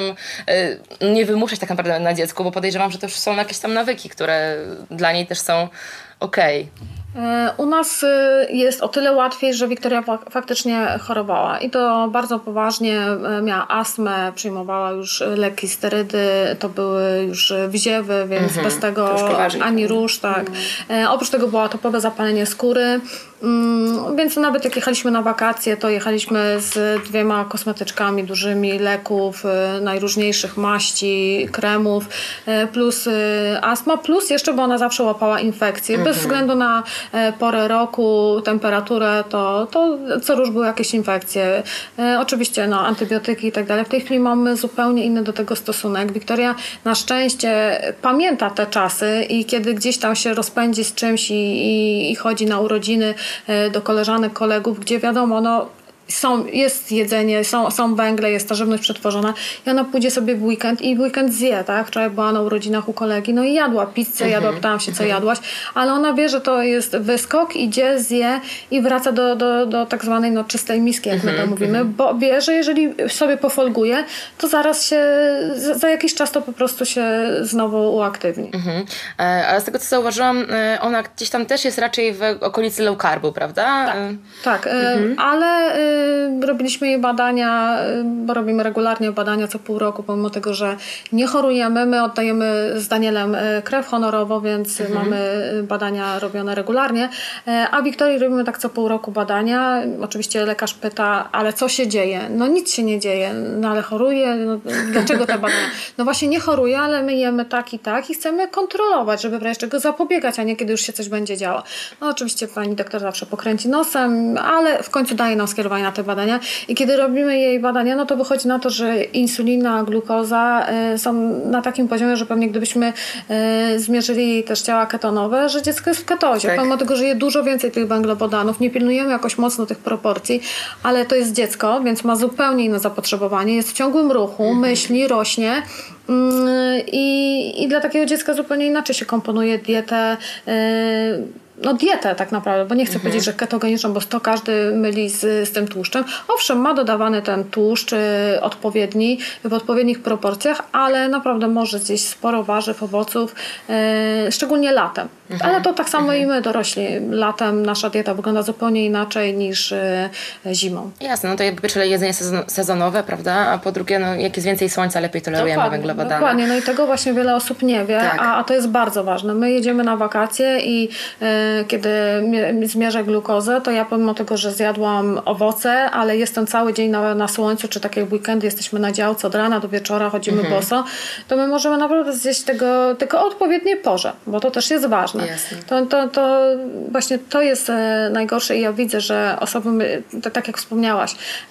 y, nie wymuszać tak naprawdę na dziecku, bo podejrzewam, że to już są jakieś tam nawyki, które dla niej też są okej. U nas jest o tyle łatwiej, że Wiktoria faktycznie chorowała i to bardzo poważnie, miała astmę, przyjmowała już leki, sterydy, to były już wziewy, więc mm-hmm. bez tego ani rusz, tak. Mm. Oprócz tego było topowe zapalenie skóry, mm, więc nawet jak jechaliśmy na wakacje, to jechaliśmy z dwiema kosmetyczkami dużymi, leków, najróżniejszych maści, kremów, plus astma, plus jeszcze, bo ona zawsze łapała infekcje, mm-hmm. bez względu na porę roku, temperaturę, to, to co róż były jakieś infekcje. E, oczywiście no, antybiotyki i tak dalej. W tej chwili mamy zupełnie inny do tego stosunek. Wiktoria na szczęście pamięta te czasy i kiedy gdzieś tam się rozpędzi z czymś i, i, i chodzi na urodziny e, do koleżanek, kolegów, gdzie wiadomo, no Są, jest jedzenie, są, są węgle, jest ta żywność przetworzona i ona pójdzie sobie w weekend i w weekend zje, tak? Wczoraj była na urodzinach u kolegi, no i jadła pizzę, mm-hmm. jadła, pytałam się, co mm-hmm. jadłaś, ale ona wie, że to jest wyskok, idzie, zje i wraca do, do, do tak zwanej no, czystej miski, jak mm-hmm. my to mówimy, bo wie, że jeżeli sobie pofolguje, to zaraz się, za, za jakiś czas to po prostu się znowu uaktywni. Mm-hmm. E, ale z tego, co zauważyłam, ona gdzieś tam też jest raczej w okolicy low carbu, prawda? Tak, tak mm-hmm. ale robiliśmy jej badania, bo robimy regularnie badania co pół roku, pomimo tego, że nie chorujemy. My oddajemy z Danielem krew honorowo, więc mhm. mamy badania robione regularnie, a Wiktorii robimy tak co pół roku badania. Oczywiście lekarz pyta, ale co się dzieje? No nic się nie dzieje, no ale choruje. No, dlaczego te badania? No właśnie nie choruje, ale my jemy tak i tak i chcemy kontrolować, żeby w razie czego zapobiegać, a nie kiedy już się coś będzie działo. No oczywiście pani doktor zawsze pokręci nosem, ale w końcu daje nam skierowanie na te badania i kiedy robimy jej badania, no to wychodzi na to, że insulina, glukoza y, są na takim poziomie, że pewnie gdybyśmy y, zmierzyli jej też ciała ketonowe, że dziecko jest w ketozie. Tak. Pomimo tego, że je dużo więcej tych węglowodanów, nie pilnujemy jakoś mocno tych proporcji, ale to jest dziecko, więc ma zupełnie inne zapotrzebowanie, jest w ciągłym ruchu, mhm. myśli, rośnie y, i, i dla takiego dziecka zupełnie inaczej się komponuje dietę, y, no dietę tak naprawdę, bo nie chcę mhm. powiedzieć, że ketogeniczną, bo to każdy myli z, z tym tłuszczem. Owszem, ma dodawany ten tłuszcz y, odpowiedni, w odpowiednich proporcjach, ale naprawdę może zjeść sporo warzyw, owoców, y, szczególnie latem. Mhm. Ale to tak samo mhm. i my dorośli. Latem nasza dieta wygląda zupełnie inaczej niż y, zimą. Jasne, no to jakby czyli jedzenie sezon- sezonowe, prawda? A po drugie, no jak jest więcej słońca, lepiej tolerujemy dokładnie, węglowodany. Dokładnie, no i tego właśnie wiele osób nie wie, tak. a, a to jest bardzo ważne. My jedziemy na wakacje i y, kiedy zmierzę glukozę, to ja pomimo tego, że zjadłam owoce, ale jestem cały dzień na, na słońcu, czy tak jak w weekendy jesteśmy na działce od rana do wieczora, chodzimy mhm. boso, to my możemy naprawdę zjeść tego, tego o odpowiedniej porze, bo to też jest ważne. To, to, to właśnie to jest najgorsze i ja widzę, że osoby, tak jak wspomniałaś,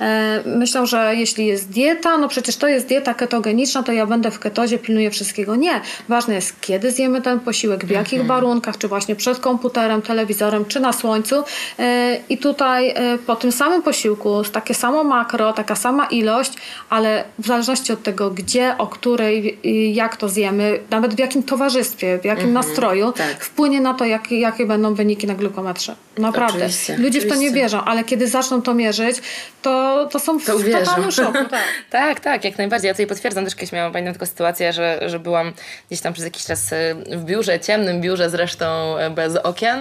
myślą, że jeśli jest dieta, no przecież to jest dieta ketogeniczna, to ja będę w ketozie, pilnuję wszystkiego. Nie. Ważne jest, kiedy zjemy ten posiłek, w jakich mhm. warunkach, czy właśnie przed komputerem, telewizorem, czy na słońcu. I tutaj po tym samym posiłku, takie samo makro, taka sama ilość, ale w zależności od tego, gdzie, o której, jak to zjemy, nawet w jakim towarzystwie, w jakim mhm. nastroju, tak. wpłynie na to, jak, jakie będą wyniki na glukometrze. Naprawdę. Oczywiście. Ludzie w to nie wierzą, ale kiedy zaczną to mierzyć, to, to są w totalnym szoku. Tak. tak, tak, jak najbardziej. Ja tutaj potwierdzam, też kiedyś miałam, pamiętam taką sytuację, że, że byłam gdzieś tam przez jakiś czas w biurze, ciemnym biurze zresztą bez okien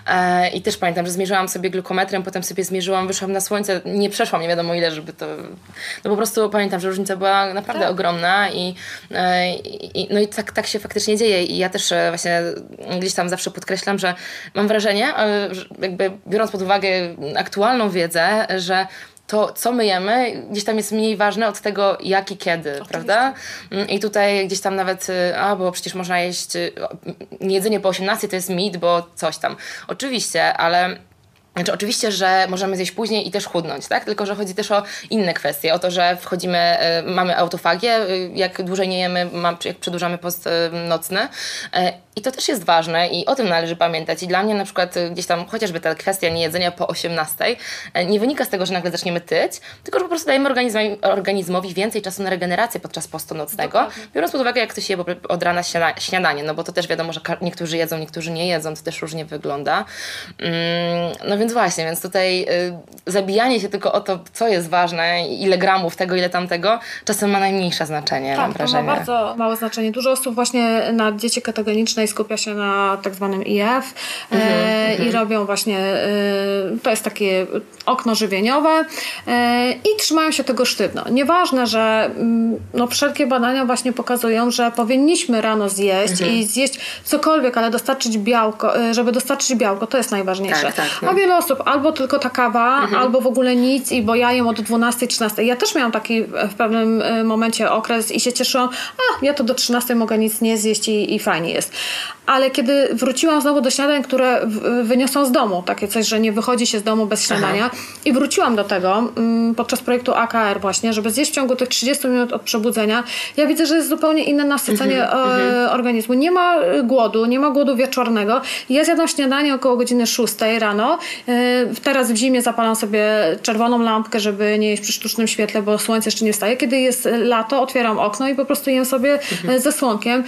e, i też pamiętam, że zmierzyłam sobie glukometrem, potem sobie zmierzyłam, wyszłam na słońce, nie przeszłam nie wiadomo ile, żeby to... No po prostu pamiętam, że różnica była naprawdę tak. ogromna i, e, i no i tak, tak się faktycznie dzieje i ja też właśnie gdzieś tam zawsze podkreślam, że mam wrażenie, że jakby biorąc pod uwagę aktualną wiedzę, że to, co my jemy, gdzieś tam jest mniej ważne od tego, jak i kiedy, oczywiście. Prawda? I tutaj gdzieś tam nawet, a bo przecież można jeść jedzenie po osiemnastej, to jest mit, bo coś tam. Oczywiście, ale... Znaczy oczywiście, że możemy zjeść później i też chudnąć, tak? Tylko że chodzi też o inne kwestie, o to, że wchodzimy, y, mamy autofagię, y, jak dłużej nie jemy, mam, jak przedłużamy post y, nocny. Y, I to też jest ważne i o tym należy pamiętać. I dla mnie na przykład y, gdzieś tam chociażby ta kwestia niejedzenia po osiemnastej y, nie wynika z tego, że nagle zaczniemy tyć, tylko że po prostu dajemy organizmowi, organizmowi więcej czasu na regenerację podczas postu nocnego, dokładnie. Biorąc pod uwagę, jak ktoś je od rana śniada, śniadanie, no bo to też wiadomo, że niektórzy jedzą, niektórzy nie jedzą, to też różnie wygląda. Mm, no więc właśnie, więc tutaj y, zabijanie się tylko o to, co jest ważne, ile gramów tego, ile tamtego, czasem ma najmniejsze znaczenie, tak, mam wrażenie. To ma bardzo małe znaczenie. Dużo osób właśnie na diecie ketogenicznej skupia się na tak zwanym I F mm-hmm, e, mm-hmm. i robią właśnie, e, to jest takie okno żywieniowe e, i trzymają się tego sztywno. Nieważne, że no, wszelkie badania właśnie pokazują, że powinniśmy rano zjeść mm-hmm. i zjeść cokolwiek, ale dostarczyć białko, żeby dostarczyć białko, to jest najważniejsze. Tak, tak, no. A wiele osób albo tylko ta kawa, mhm. albo w ogóle nic i bo ja jem od dwunastej, trzynastej. Ja też miałam taki w pewnym momencie okres i się cieszyłam, a ja to do trzynastej mogę nic nie zjeść i, i fajnie jest. Ale kiedy wróciłam znowu do śniadań, które wyniosłam z domu, takie coś, że nie wychodzi się z domu bez śniadania Aha. i wróciłam do tego m, podczas projektu A K R właśnie, żeby zjeść w ciągu tych trzydziestu minut od przebudzenia, ja widzę, że jest zupełnie inne nasycenie mhm, e, organizmu. Nie ma głodu, nie ma głodu wieczornego. Ja zjadłam śniadanie około godziny szóstej rano. Teraz w zimie zapalam sobie czerwoną lampkę, żeby nie jeść przy sztucznym świetle, bo słońce jeszcze nie wstaje. Kiedy jest lato, otwieram okno i po prostu jem sobie mhm. ze słonkiem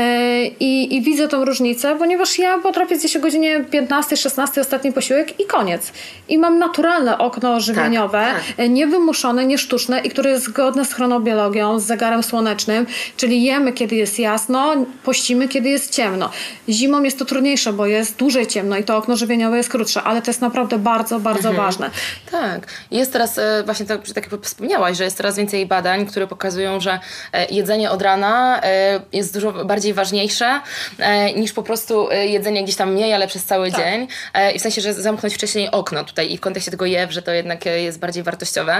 I, i widzę tą różnicę, ponieważ ja potrafię zjeść o godzinie piętnastej, szesnastej ostatni posiłek i koniec. I mam naturalne okno żywieniowe, tak, tak. niewymuszone, niesztuczne i które jest zgodne z chronobiologią, z zegarem słonecznym, czyli jemy, kiedy jest jasno, pościmy, kiedy jest ciemno. Zimą jest to trudniejsze, bo jest dłużej ciemno i to okno żywieniowe jest krótsze, ale to jest naprawdę bardzo, bardzo mhm. ważne. Tak. Jest teraz, właśnie tak, tak jak wspomniałaś, że jest coraz więcej badań, które pokazują, że jedzenie od rana jest dużo bardziej ważniejsze niż po prostu jedzenie gdzieś tam mniej, ale przez cały tak. dzień. I w sensie, że zamknąć wcześniej okno tutaj i w kontekście tego J E W, że to jednak jest bardziej wartościowe.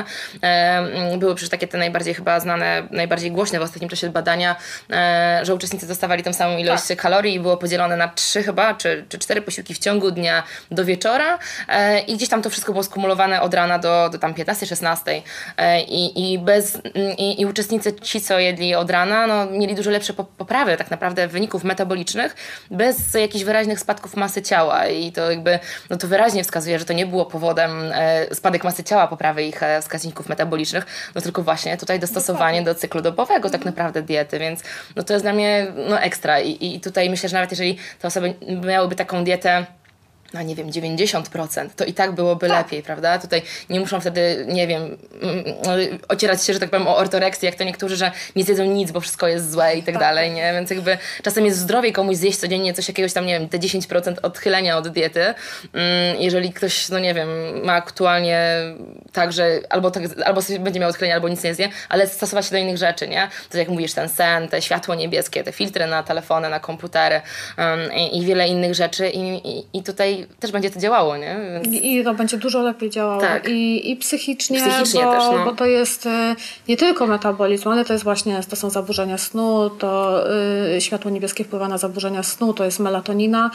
Były przecież takie te najbardziej chyba znane, najbardziej głośne w ostatnim czasie badania, że uczestnicy dostawali tą samą ilość tak. kalorii i było podzielone na trzy chyba, czy, czy cztery posiłki w ciągu dnia do wieczora i gdzieś tam to wszystko było skumulowane od rana do, do tam piętnastej, szesnastej i, i bez i, i uczestnicy ci, co jedli od rana, no, mieli dużo lepsze poprawy tak naprawdę wyników metabolicznych bez jakichś wyraźnych spadków masy ciała i to jakby, no to wyraźnie wskazuje, że to nie było powodem e, spadek masy ciała, poprawy ich e, wskaźników metabolicznych, no tylko właśnie tutaj dostosowanie Dokładnie. do cyklu dobowego tak naprawdę diety, więc no to jest dla mnie no ekstra i, i tutaj myślę, że nawet jeżeli te osoby miałyby taką dietę na nie wiem, dziewięćdziesiąt procent, to i tak byłoby tak. lepiej, prawda? Tutaj nie muszą wtedy, nie wiem, ocierać się, że tak powiem, o ortoreksję, jak to niektórzy, że nie zjedzą nic, bo wszystko jest złe i tak, tak dalej, nie? Więc jakby czasem jest zdrowiej komuś zjeść codziennie coś jakiegoś tam, nie wiem, te dziesięć procent odchylenia od diety. Jeżeli ktoś, no nie wiem, ma aktualnie tak, że albo, tak, albo będzie miał odchylenie, albo nic nie zje, ale stosować się do innych rzeczy, nie? To jak mówisz, ten sen, te światło niebieskie, te filtry na telefony, na komputery um, i, i wiele innych rzeczy i, i, i tutaj też będzie to działało, nie? Więc... I, I to będzie dużo lepiej działało. Tak. I, i psychicznie, psychicznie bo, też, no. bo to jest nie tylko metabolizm, ale to jest właśnie, to są zaburzenia snu, to y, światło niebieskie wpływa na zaburzenia snu, to jest melatonina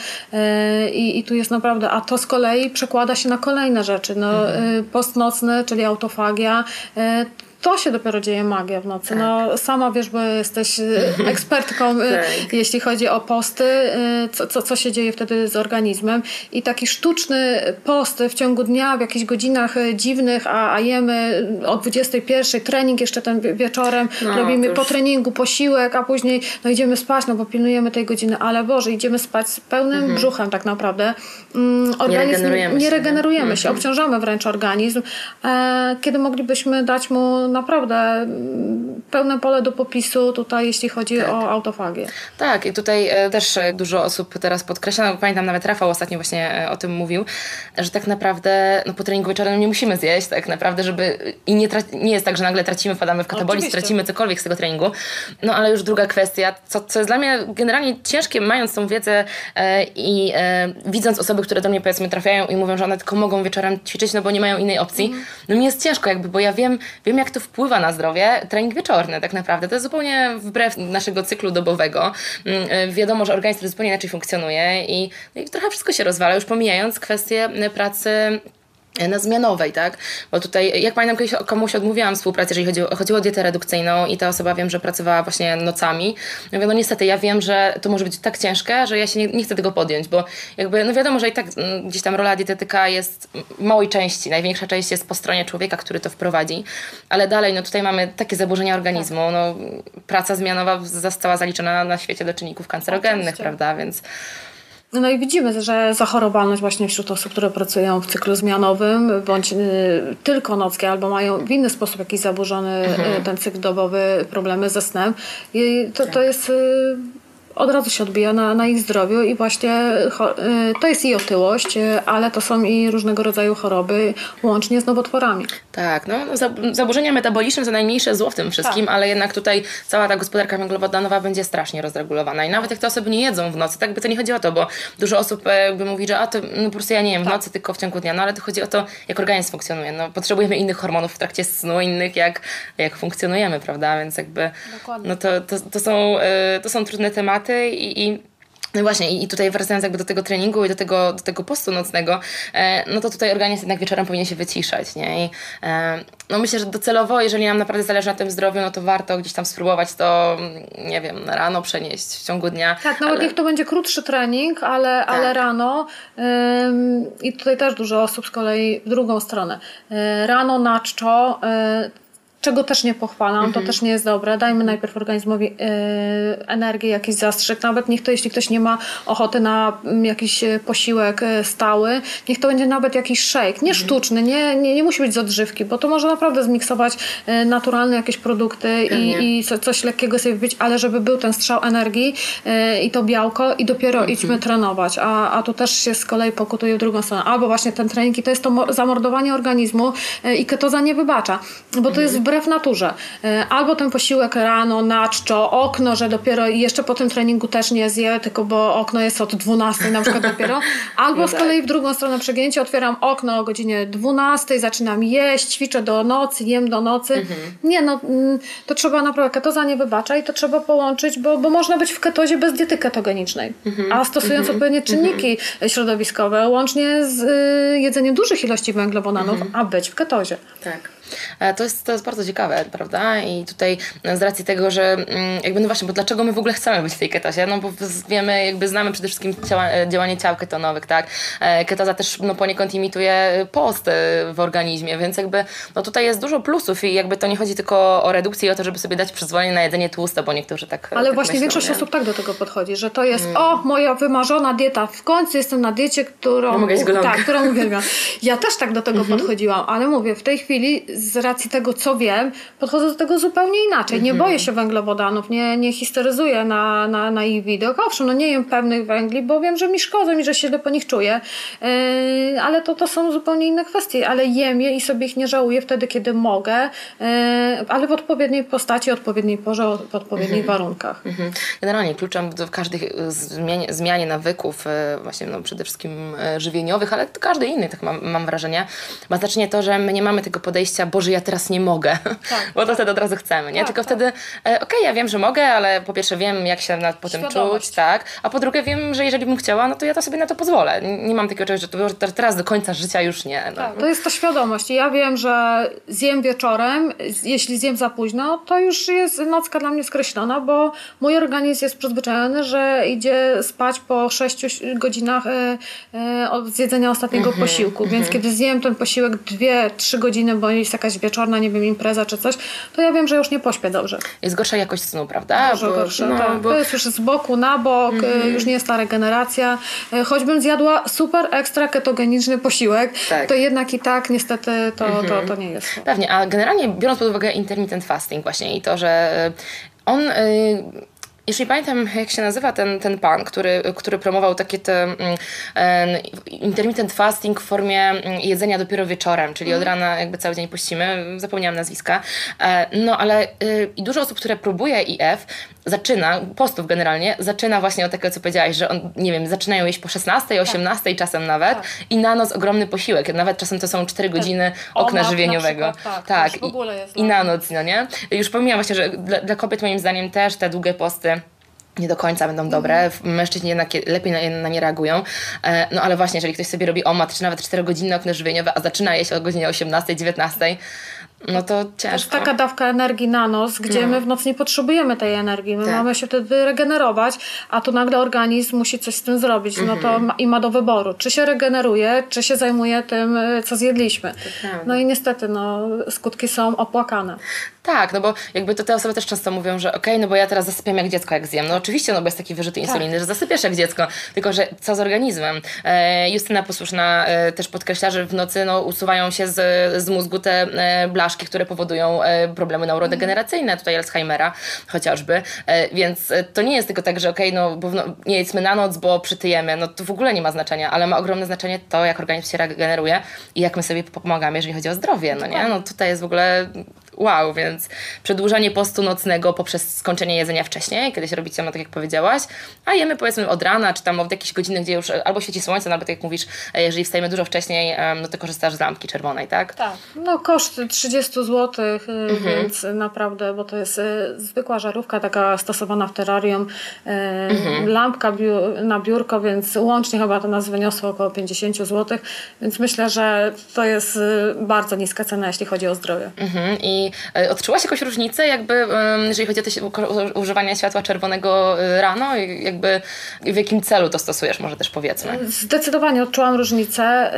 y, i tu jest naprawdę, a to z kolei przekłada się na kolejne rzeczy. No, mhm. y, post nocny, czyli autofagia, y, to się dopiero dzieje magia w nocy. Tak. No, sama wiesz, bo jesteś ekspertką, tak. jeśli chodzi o posty, co, co, co się dzieje wtedy z organizmem. I taki sztuczny post w ciągu dnia, w jakichś godzinach dziwnych, a, a jemy o dwudziestej pierwszej, trening jeszcze ten wieczorem, no, robimy już... po treningu posiłek, a później no, idziemy spać, no bo pilnujemy tej godziny, ale Boże, idziemy spać z pełnym mhm. brzuchem tak naprawdę. Organizm, nie regenerujemy nie się, regenerujemy się mhm. obciążamy wręcz organizm, e, kiedy moglibyśmy dać mu naprawdę pełne pole do popisu tutaj, jeśli chodzi tak. o autofagię. Tak, i tutaj e, też dużo osób teraz podkreśla, no, pamiętam nawet Rafał ostatnio właśnie e, o tym mówił, że tak naprawdę no, po treningu wieczorem nie musimy zjeść, tak naprawdę, żeby i nie, tra- nie jest tak, że nagle tracimy, wpadamy w katabolizm, Oczywiście. tracimy cokolwiek z tego treningu. No ale już druga kwestia, co, co jest dla mnie generalnie ciężkie, mając tą wiedzę e, i e, widząc osoby, które do mnie powiedzmy trafiają i mówią, że one tylko mogą wieczorem ćwiczyć, no bo nie mają innej opcji. Mm. No mi jest ciężko jakby, bo ja wiem, wiem jak to wpływa na zdrowie, trening wieczorny tak naprawdę. To jest zupełnie wbrew naszego cyklu dobowego. Wiadomo, że organizm zupełnie inaczej funkcjonuje i, i trochę wszystko się rozwala, już pomijając kwestię pracy na zmianowej, tak? Bo tutaj, jak pamiętam, kiedyś komuś odmówiłam współpracy, jeżeli chodziło, chodziło o dietę redukcyjną i ta osoba wiem, że pracowała właśnie nocami. Ja mówię, no niestety, ja wiem, że to może być tak ciężkie, że ja się nie, nie chcę tego podjąć, bo jakby, no wiadomo, że i tak gdzieś tam rola dietetyka jest w małej części, największa część jest po stronie człowieka, który to wprowadzi, ale dalej, no tutaj mamy takie zaburzenia organizmu, no praca zmianowa została zaliczona na świecie do czynników kancerogennych, Oczywiście. prawda, więc... No i widzimy, że zachorowalność właśnie wśród osób, które pracują w cyklu zmianowym, bądź y, tylko nockie, albo mają w inny sposób jakiś zaburzony mhm. y, ten cykl dobowy, problemy ze snem. I to, tak. to jest... Y, od razu się odbija na, na ich zdrowiu i właśnie to jest i otyłość, ale to są i różnego rodzaju choroby, łącznie z nowotworami. Tak, no zaburzenia metaboliczne to najmniejsze zło w tym wszystkim, tak. ale jednak tutaj cała ta gospodarka węglowodanowa będzie strasznie rozregulowana i nawet jak te osoby nie jedzą w nocy, tak by to nie chodzi o to, bo dużo osób jakby mówi, że a to no po prostu ja nie jem w tak. nocy, tylko w ciągu dnia, no ale to chodzi o to, jak organizm funkcjonuje. No potrzebujemy innych hormonów w trakcie snu, innych jak, jak funkcjonujemy, prawda, więc jakby Dokładnie. no to, to, to, są, to są trudne tematy i, i no właśnie, i tutaj wracając jakby do tego treningu i do tego, do tego postu nocnego, e, no to tutaj organizm jednak wieczorem powinien się wyciszać, nie? I, e, no myślę, że docelowo, jeżeli nam naprawdę zależy na tym zdrowiu, no to warto gdzieś tam spróbować to, nie wiem, rano przenieść w ciągu dnia. Tak, nawet ale... niech to będzie krótszy trening, ale, tak. ale rano ym, i tutaj też dużo osób z kolei w drugą stronę. Yy, rano na czczo, yy, czego też nie pochwalam, mhm. to też nie jest dobre. Dajmy najpierw organizmowi yy, energię, jakiś zastrzyk. Nawet niech to, jeśli ktoś nie ma ochoty na y, jakiś posiłek y, stały, niech to będzie nawet jakiś shake. Nie mhm. sztuczny, nie, nie, nie musi być z odżywki, bo to może naprawdę zmiksować y, naturalne jakieś produkty i, i co, coś lekkiego sobie wbić, ale żeby był ten strzał energii y, i to białko i dopiero mhm. idźmy trenować. A, a tu też się z kolei pokutuje w drugą stronę. Albo właśnie ten trening i to jest to zamordowanie organizmu y, i ketoza nie wybacza, bo to mhm. jest wbrew naturze. Albo ten posiłek rano, na czczo, okno, że dopiero i jeszcze po tym treningu też nie zje, tylko bo okno jest od dwunastej na przykład dopiero. Albo z kolei w drugą stronę przegięcie, otwieram okno o godzinie dwunastej, zaczynam jeść, ćwiczę do nocy, jem do nocy. Mhm. Nie, no to trzeba naprawdę, ketoza nie wybacza i to trzeba połączyć, bo, bo można być w ketozie bez diety ketogenicznej. Mhm. A stosując mhm. odpowiednie czynniki mhm. środowiskowe, łącznie z y, jedzeniem dużych ilości węglowodanów, mhm. a być w ketozie. Tak. To jest, to jest bardzo ciekawe, prawda? I tutaj z racji tego, że jakby no właśnie, bo dlaczego my w ogóle chcemy być w tej ketozie? No bo wiemy, jakby znamy przede wszystkim ciała, działanie ciał ketonowych, tak? Ketoza też no poniekąd imituje post w organizmie, więc jakby no tutaj jest dużo plusów i jakby to nie chodzi tylko o redukcję i o to, żeby sobie dać przyzwolenie na jedzenie tłuste, bo niektórzy tak Ale tak właśnie myślą, większość nie? osób tak do tego podchodzi, że to jest mm. o, moja wymarzona dieta, w końcu jestem na diecie, którą, no mogę jeść golonkę. tak, którą uwielbiam. Ja też tak do tego mm-hmm. podchodziłam, ale mówię, w tej chwili z racji tego, co wiem, podchodzę do tego zupełnie inaczej. Mm-hmm. Nie boję się węglowodanów, nie, nie histeryzuję na, na, na ich widok. Owszem, no nie jem pewnych węgli, bo wiem, że mi szkodzą i że się źle po nich czuję, yy, ale to, to są zupełnie inne kwestie, ale jem je i sobie ich nie żałuję wtedy, kiedy mogę, yy, ale w odpowiedniej postaci, odpowiedniej porze, w odpowiednich mm-hmm. warunkach. Mm-hmm. Generalnie kluczem w każdej zmianie, zmianie nawyków, właśnie no przede wszystkim żywieniowych, ale każdy inny, tak mam, mam wrażenie, ma znaczenie to, że my nie mamy tego podejścia, Boże, ja teraz nie mogę, tak, bo to tak. wtedy od razu chcemy, nie? Tak, Tylko tak. wtedy, e, okej, okay, ja wiem, że mogę, ale po pierwsze wiem, jak się na, po tym czuć, tak, a po drugie wiem, że jeżeli bym chciała, no to ja to sobie na to pozwolę. Nie mam takiego czegoś, że to, teraz do końca życia już nie. No. Tak, to jest to świadomość. Ja wiem, że zjem wieczorem, jeśli zjem za późno, to już jest nocka dla mnie skreślona, bo mój organizm jest przyzwyczajony, że idzie spać po sześciu godzinach e, e, od zjedzenia ostatniego mm-hmm, posiłku, mm-hmm. więc kiedy zjem ten posiłek dwie, trzy godziny, bo jest jakaś wieczorna, nie wiem, impreza czy coś, to ja wiem, że już nie pośpię dobrze. Jest gorsza jakość snu, prawda? Dużo bo, gorsza, no, tak. bo... To jest już z boku na bok, mm-hmm. już nie jest ta regeneracja. Choćbym zjadła super ekstra ketogeniczny posiłek, tak. to jednak i tak niestety to, mm-hmm. to, to nie jest to. Pewnie, a generalnie biorąc pod uwagę intermittent fasting właśnie i to, że on... Yy... Jeśli pamiętam, jak się nazywa ten, ten pan, który, który promował takie te um, intermittent fasting w formie jedzenia dopiero wieczorem, czyli mm. od rana jakby cały dzień puścimy, zapomniałam nazwiska. No ale y, i dużo osób, które próbuje I F, zaczyna, postów generalnie, zaczyna właśnie od tego, co powiedziałaś, że on, nie wiem, zaczynają jeść po szesnastej, osiemnastej tak. czasem nawet tak. i na noc ogromny posiłek. Nawet czasem to są cztery godziny tak. okna Omak żywieniowego. Przykład, tak, tak. W ogóle jest i, i na noc, no nie? Już pomijam właśnie, że dla, dla kobiet moim zdaniem też te długie posty nie do końca będą dobre. Mm. Mężczyźni jednak lepiej na, na nie reagują. E, no ale właśnie, jeżeli ktoś sobie robi omat, czy nawet czterogodzinne okno żywieniowe, a zaczyna jeść o godzinie osiemnastej, dziewiętnastej, no to ciężko. To jest taka dawka energii na noc, gdzie no. my w nocy nie potrzebujemy tej energii. My tak. mamy się wtedy regenerować, a tu nagle organizm musi coś z tym zrobić. Mm-hmm. No to ma, i ma do wyboru. Czy się regeneruje, czy się zajmuje tym, co zjedliśmy. No i niestety no, skutki są opłakane. Tak, no bo jakby to te osoby też często mówią, że okej, okay, no bo ja teraz zasypiam jak dziecko, jak zjem. No oczywiście, no bo jest taki wyrzut insuliny, tak. że zasypiasz jak dziecko, tylko że co z organizmem? E, Justyna Posłuszna e, też podkreśla, że w nocy no, usuwają się z, z mózgu te e, blaszki, które powodują e, problemy neurodegeneracyjne, tutaj Alzheimera chociażby, e, więc e, to nie jest tylko tak, że okej, okay, no bo no, nie jedzmy na noc, bo przytyjemy, no to w ogóle nie ma znaczenia, ale ma ogromne znaczenie to, jak organizm się regeneruje i jak my sobie pomagamy, jeżeli chodzi o zdrowie, no nie? No tutaj jest w ogóle wow, więc przedłużanie postu nocnego poprzez skończenie jedzenia wcześniej, kiedy się robi ciemno, tak jak powiedziałaś, a jemy powiedzmy od rana, czy tam od jakiejś godziny, gdzie już albo świeci słońce, no albo tak jak mówisz, jeżeli wstajemy dużo wcześniej, no to korzystasz z lampki czerwonej, tak? Tak. No koszt trzydzieści złotych, mhm. więc naprawdę, bo to jest zwykła żarówka, taka stosowana w terrarium, mhm. lampka biu- na biurko, więc łącznie chyba to nas wyniosło około pięćdziesiąt złotych, więc myślę, że to jest bardzo niska cena, jeśli chodzi o zdrowie. Mhm. I odczułaś jakąś różnicę, jakby, jeżeli chodzi o to używanie światła czerwonego rano, jakby w jakim celu to stosujesz, może też powiedzmy? Zdecydowanie odczułam różnicę.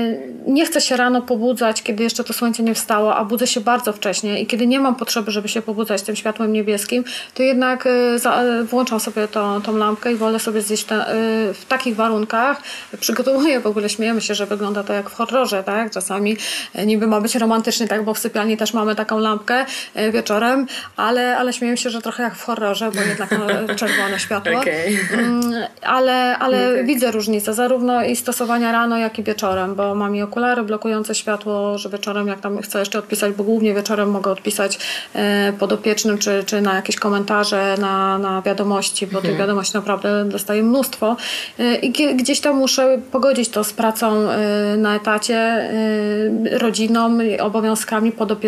Nie chcę się rano pobudzać, kiedy jeszcze to słońce nie wstało, a budzę się bardzo wcześnie i kiedy nie mam potrzeby, żeby się pobudzać tym światłem niebieskim, to jednak włączam sobie tą, tą lampkę i wolę sobie zjeść te, w takich warunkach. Przygotowuję, w ogóle śmiejemy się, że wygląda to jak w horrorze, tak? Czasami niby ma być romantycznie, tak? Bo w sypialni też mamy taką lampkę wieczorem, ale, ale śmieję się, że trochę jak w horrorze, bo jednak czerwone światło. Okay. Ale, ale okay. widzę różnicę, zarówno i stosowania rano, jak i wieczorem, bo mam i okulary blokujące światło, że wieczorem, jak tam chcę jeszcze odpisać, bo głównie wieczorem mogę odpisać podopiecznym, czy, czy na jakieś komentarze, na, na wiadomości, bo tych wiadomości naprawdę dostaję mnóstwo. I gdzieś tam muszę pogodzić to z pracą na etacie, rodziną, obowiązkami podopiecznymi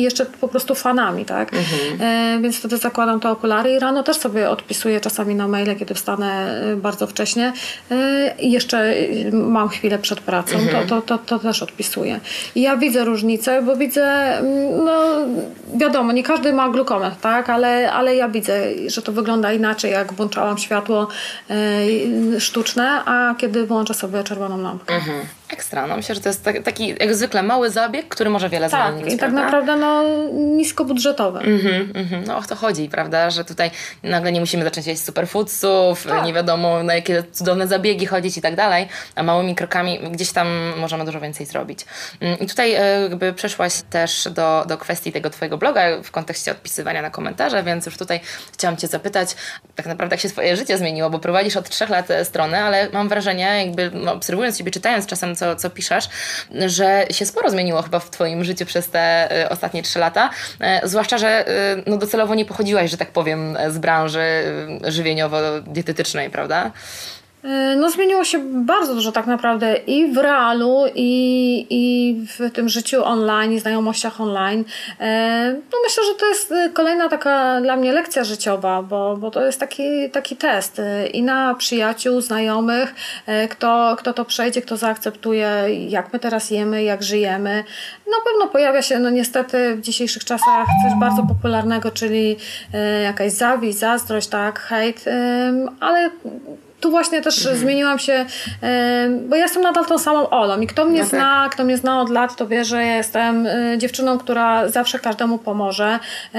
i jeszcze po prostu fanami, tak? Mhm. E, więc wtedy zakładam te okulary i rano też sobie odpisuję czasami na maile, kiedy wstanę bardzo wcześnie e, i jeszcze mam chwilę przed pracą, mhm. to, to, to, to też odpisuję. I ja widzę różnicę, bo widzę, no wiadomo, nie każdy ma glukometr, tak? Ale, ale ja widzę, że to wygląda inaczej, jak włączałam światło e, sztuczne, a kiedy włączę sobie czerwoną lampkę. Mhm. Ekstra. No myślę, że to jest tak, taki jak zwykle mały zabieg, który może wiele tak, zmienić. I tak naprawdę no, niskobudżetowy. Mhm, mhm. No o to chodzi, prawda? Że tutaj nagle nie musimy zacząć jeść superfoodsów, tak. nie wiadomo na jakie cudowne zabiegi chodzić i tak dalej, a małymi krokami gdzieś tam możemy dużo więcej zrobić. I tutaj jakby przeszłaś też do, do kwestii tego twojego bloga w kontekście odpisywania na komentarze, więc już tutaj chciałam cię zapytać, tak naprawdę jak się twoje życie zmieniło, bo prowadzisz od trzech lat stronę, ale mam wrażenie, jakby no, obserwując ciebie, czytając czasem co, co piszesz, że się sporo zmieniło chyba w twoim życiu przez te y, ostatnie trzy lata. Y, zwłaszcza, że y, no docelowo nie pochodziłaś, że tak powiem, z branży y, żywieniowo-dietetycznej, prawda? No zmieniło się bardzo dużo tak naprawdę i w realu, i, i w tym życiu online, i znajomościach online. No myślę, że to jest kolejna taka dla mnie lekcja życiowa, bo, bo to jest taki, taki test i na przyjaciół, znajomych, kto, kto to przejdzie, kto zaakceptuje, jak my teraz jemy, jak żyjemy. Na pewno pojawia się no niestety w dzisiejszych czasach coś bardzo popularnego, czyli jakaś zawiść, zazdrość, tak, hejt, ale tu właśnie też mhm. zmieniłam się, bo ja jestem nadal tą samą Olą i kto mnie no tak. zna, kto mnie zna od lat, to wie, że ja jestem dziewczyną, która zawsze każdemu pomoże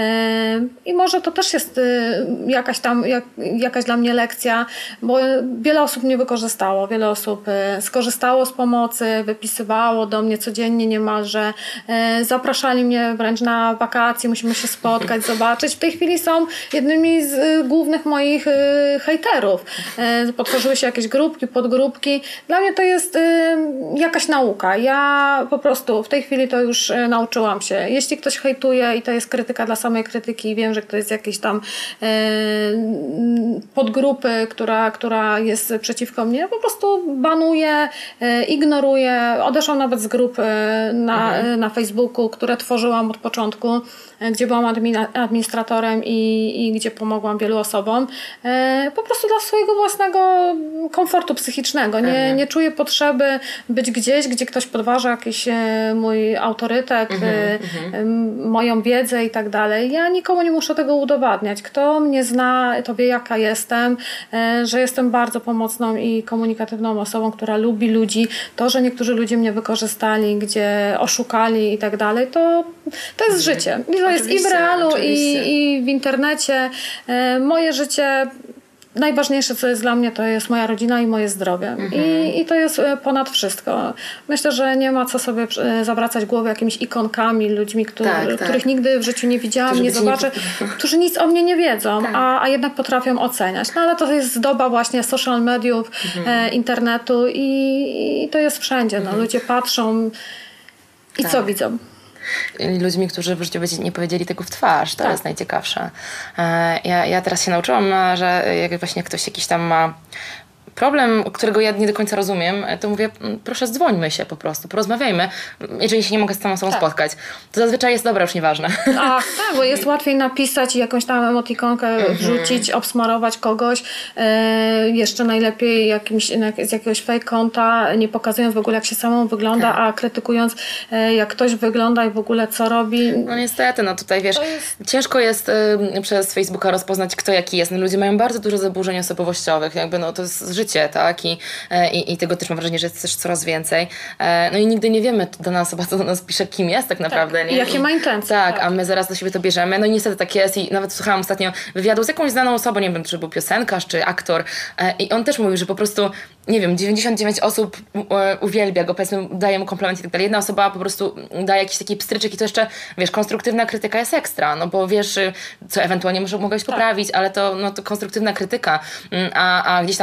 i może to też jest jakaś tam, jak, jakaś dla mnie lekcja, bo wiele osób mnie wykorzystało, wiele osób skorzystało z pomocy, wypisywało do mnie codziennie niemalże, zapraszali mnie wręcz na wakacje, musimy się spotkać, zobaczyć. W tej chwili są jednymi z głównych moich hejterów. Potworzyły się jakieś grupki, podgrupki. Dla mnie to jest y, jakaś nauka. Ja po prostu w tej chwili to już y, nauczyłam się. Jeśli ktoś hejtuje i to jest krytyka dla samej krytyki i wiem, że to jest jakiejś tam y, podgrupy, która, która jest przeciwko mnie, po prostu banuję, y, ignoruję. Odeszłam nawet z grup y, na, mhm. y, na Facebooku, które tworzyłam od początku, y, gdzie byłam admin, administratorem i, i gdzie pomogłam wielu osobom. Y, po prostu dla swojego własnego komfortu psychicznego. Nie, nie czuję potrzeby być gdzieś, gdzie ktoś podważa jakiś e, mój autorytet, mm-hmm, e, moją wiedzę i tak dalej. Ja nikomu nie muszę tego udowadniać. Kto mnie zna, to wie jaka jestem, e, że jestem bardzo pomocną i komunikatywną osobą, która lubi ludzi. To, że niektórzy ludzie mnie wykorzystali, gdzie oszukali i tak dalej, to, to jest mm-hmm. życie. I to jest i w realu, i, i w internecie. E, moje życie najważniejsze, co jest dla mnie, to jest moja rodzina i moje zdrowie. Mhm. I, I to jest ponad wszystko. Myślę, że nie ma co sobie zawracać głowy jakimiś ikonkami, ludźmi, którzy, tak, tak. których nigdy w życiu nie widziałam, którzy nie zobaczę, nie... którzy nic o mnie nie wiedzą, tak. a, a jednak potrafią oceniać. No ale to jest zdoba właśnie social mediów, mhm. e, internetu i, i to jest wszędzie. No. Ludzie patrzą i tak. co widzą? Ludźmi, którzy w życiu nie powiedzieli tego w twarz. To tak. jest najciekawsze. Ja, ja teraz się nauczyłam, że jak właśnie ktoś jakiś tam ma problem, którego ja nie do końca rozumiem, to mówię, proszę dzwońmy się po prostu, porozmawiajmy, jeżeli się nie mogę z tą osobą tak. spotkać. To zazwyczaj jest dobra, już nieważne. Ach, tak, bo jest łatwiej napisać i jakąś tam emotikonkę mm-hmm. wrzucić, obsmarować kogoś, e, jeszcze najlepiej jakimś, z jakiegoś fake konta, nie pokazując w ogóle jak się samą wygląda, tak. a krytykując e, jak ktoś wygląda i w ogóle co robi. No niestety, no tutaj wiesz, jest... ciężko jest y, przez Facebooka rozpoznać kto jaki jest. No, ludzie mają bardzo dużo zaburzeń osobowościowych, jakby no to jest życie, tak? I, i, i tego też mam wrażenie, że jest też coraz więcej. No i nigdy nie wiemy, dana osoba, co do nas pisze, kim jest tak naprawdę. Tak. Nie? I jakie ma intencje. Tak, tak, a my zaraz do siebie to bierzemy. No i niestety tak jest i nawet słuchałam ostatnio wywiadu z jakąś znaną osobą, nie wiem, czy był piosenkarz, czy aktor i on też mówił, że po prostu nie wiem, dziewięćdziesiąt dziewięć osób uwielbia go, powiedzmy, daje mu komplement i tak dalej. Jedna osoba po prostu daje jakiś taki pstryczek i to jeszcze, wiesz, konstruktywna krytyka jest ekstra, no bo wiesz, co ewentualnie może, mogłeś poprawić, tak. ale to, no, to konstruktywna krytyka, a, a gdzieś tam taki przytyk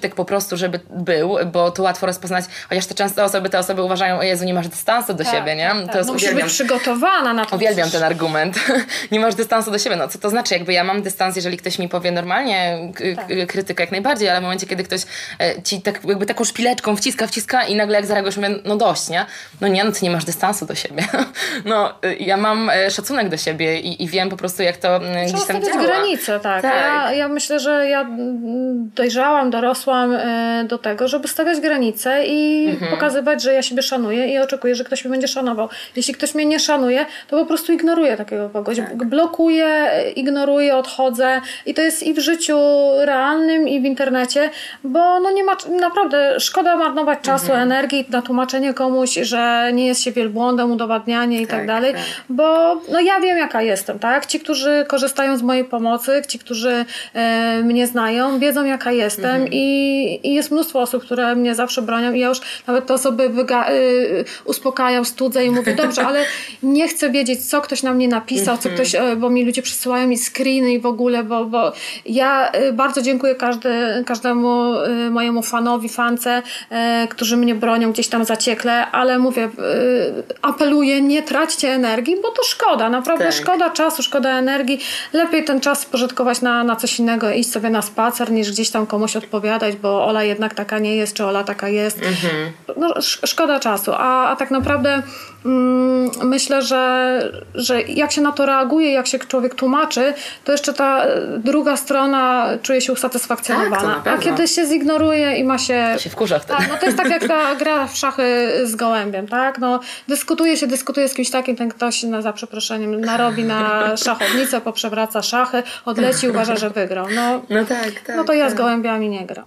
konfliktek po prostu, żeby był, bo to łatwo rozpoznać, chociaż te często osoby, te osoby uważają, o Jezu, nie masz dystansu do tak, siebie, nie? Tak, To jest, no, musisz uwielbiam, być przygotowana na to. uwielbiam ten argument. Nie masz dystansu do siebie. No co to znaczy? Jakby ja mam dystans, jeżeli ktoś mi powie normalnie k- tak. krytykę jak najbardziej, ale w momencie, kiedy ktoś e, ci tak, jakby taką szpileczką wciska, wciska i nagle jak zareagujesz, mówię, no dość, nie? No nie, no ty nie masz dystansu do siebie. No ja mam e, szacunek do siebie i, i wiem po prostu, jak to e, gdzieś tam działa. granice, tak. tak. Ja, ja myślę, że ja dojrzałam, dorosłam e, do tego, żeby stawiać granice i mhm. pokazywać, że ja siebie szanuję i oczekuję, że ktoś mnie będzie szanował. Jeśli ktoś mnie nie szanuje, to po prostu ignoruję takiego kogoś. Tak. Blokuję, ignoruję, odchodzę i to jest i w życiu realnym, i w internecie, bo no nie ma, naprawdę szkoda marnować czasu, mhm. energii na tłumaczenie komuś, że nie jest się wielbłądem, udowadnianie i tak, tak dalej, tak. bo no ja wiem, jaka jestem, tak? Ci, którzy korzystają z mojej pomocy, ci, którzy e, mnie znają, wiedzą, jaka jestem mhm. i, i jest mnóstwo osób, które mnie zawsze bronią i ja już nawet te osoby wyga- y, uspokajam, studzę i mówię, dobrze, ale nie chcę wiedzieć, co ktoś na mnie napisał, co ktoś, bo mi ludzie przysyłają mi screeny i w ogóle, bo, bo ja bardzo dziękuję każdy, każdemu mojemu fanowi, fance, którzy mnie bronią gdzieś tam zaciekle, ale mówię, apeluję, nie traćcie energii, bo to szkoda, naprawdę tak. szkoda czasu, szkoda energii. Lepiej ten czas spożytkować na, na coś innego, iść sobie na spacer, niż gdzieś tam komuś odpowiadać, bo Ola jednak taka nie jest, czy Ola taka jest. Mhm. No, sz- szkoda czasu, a, a tak naprawdę mm, myślę, że, że jak się na to reaguje, jak się człowiek tłumaczy, to jeszcze ta druga strona czuje się usatysfakcjonowana. Tak, a kiedy się zignoruje i ma się... To się wkurza wtedy. Tak, no to jest tak jak ta gra w szachy z gołębiem, tak? No, dyskutuje się, dyskutuje z kimś takim, ten ktoś, no, za przeproszeniem, narobi na szachownicę, poprzewraca szachy, odleci, uważa, że wygrał. No, no tak, tak. No to ja tak. z gołębiami nie gram.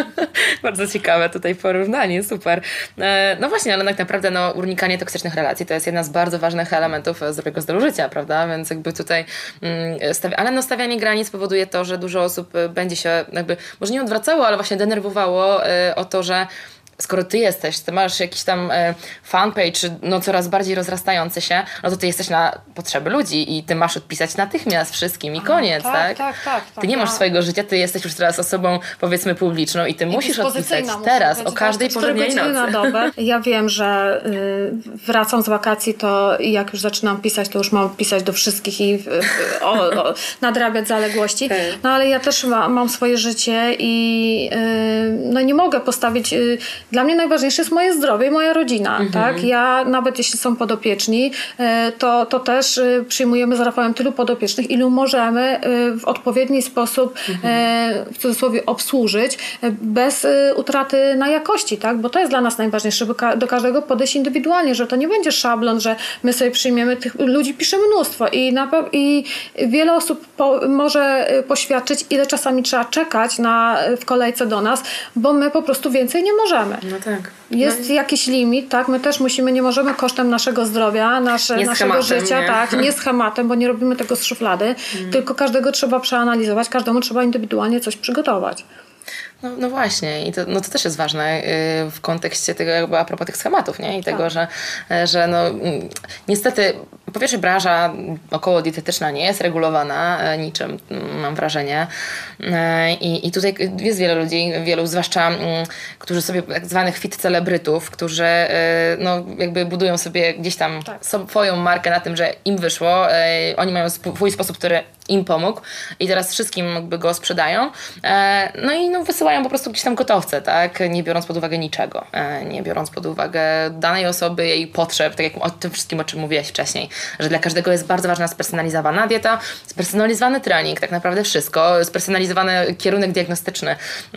Bardzo ciekawe tutaj porównanie, super. No właśnie, ale tak naprawdę no, unikanie toksycznych relacji to jest jedna z bardzo ważnych elementów zdrowego stylu życia, prawda? Więc jakby tutaj mm, stawia... ale no stawianie granic powoduje to, że dużo osób będzie się jakby, może nie odwracało, ale właśnie denerwowało y, o to, że skoro ty jesteś, ty masz jakiś tam e, fanpage, no coraz bardziej rozrastający się, no to ty jesteś na potrzeby ludzi i ty masz odpisać natychmiast wszystkim i koniec, tak? Tak, tak, tak, tak Ty nie masz tak. swojego życia, ty jesteś już teraz osobą, powiedzmy, publiczną i ty I musisz odpisać teraz, o każdej porze dnia i nocy. Na dobę. Ja wiem, że y, wracam z wakacji, to i jak już zaczynam pisać, to już mam pisać do wszystkich i y, o, o, nadrabiać zaległości. Okay. No ale ja też ma, mam swoje życie i y, no nie mogę postawić... Y, Dla mnie najważniejsze jest moje zdrowie i moja rodzina. Mhm. Tak? Ja nawet jeśli są podopieczni, to, to też przyjmujemy z Rafałem tylu podopiecznych, ilu możemy w odpowiedni sposób mhm. w cudzysłowie obsłużyć bez utraty na jakości. Tak? Bo to jest dla nas najważniejsze, żeby do każdego podejść indywidualnie, że to nie będzie szablon, że my sobie przyjmiemy tych ludzi, pisze mnóstwo i, na, i wiele osób po, może poświadczyć, ile czasami trzeba czekać na, w kolejce do nas, bo my po prostu więcej nie możemy. No tak. Jest no. jakiś limit, tak? My też musimy, nie możemy kosztem naszego zdrowia, nasze, naszego schematem, życia, nie. tak, nie schematem, bo nie robimy tego z szuflady, mm. tylko każdego trzeba przeanalizować, każdemu trzeba indywidualnie coś przygotować. No, no właśnie i to, no to też jest ważne yy, w kontekście tego jakby a propos tych schematów, nie? I tak. tego, że, że no niestety po pierwsze branża około dietetyczna nie jest regulowana yy, niczym, yy, mam wrażenie. Yy, i, I tutaj jest wiele ludzi, wielu zwłaszcza, yy, którzy sobie tak zwanych fit celebrytów, którzy yy, no jakby budują sobie gdzieś tam tak. swoją markę na tym, że im wyszło, yy, oni mają swój sposób, który im pomógł i teraz wszystkim jakby go sprzedają. Yy, no i no wysyłają po prostu gdzieś tam gotowce, tak? Nie biorąc pod uwagę niczego. Nie biorąc pod uwagę danej osoby, jej potrzeb, tak jak o tym wszystkim, o czym mówiłaś wcześniej, że dla każdego jest bardzo ważna spersonalizowana dieta, spersonalizowany trening, tak naprawdę wszystko, spersonalizowany kierunek diagnostyczny.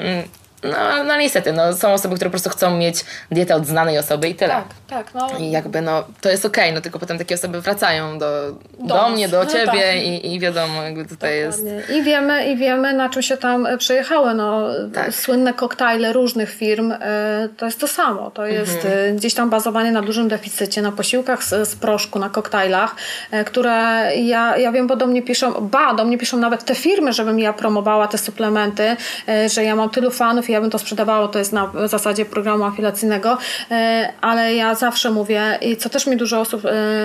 No, no niestety, no, są osoby, które po prostu chcą mieć dietę od znanej osoby i tyle. Tak, tak. No. I jakby no, to jest okej, okay, no tylko potem takie osoby wracają do, do, do mnie, do ciebie no, tak. i, i wiadomo, jakby tutaj Dokładnie. jest... I wiemy, i wiemy, na czym się tam przejechały. No, tak. Słynne koktajle różnych firm, y, to jest to samo. To jest mhm. y, gdzieś tam bazowanie na dużym deficycie, na posiłkach z, z proszku, na koktajlach, y, które ja, ja wiem, bo do mnie piszą, ba, do mnie piszą nawet te firmy, żebym ja promowała te suplementy, y, że ja mam tylu fanów, ja ja bym to sprzedawała, to jest na zasadzie programu afilacyjnego, ale ja zawsze mówię, i co też mi dużo osób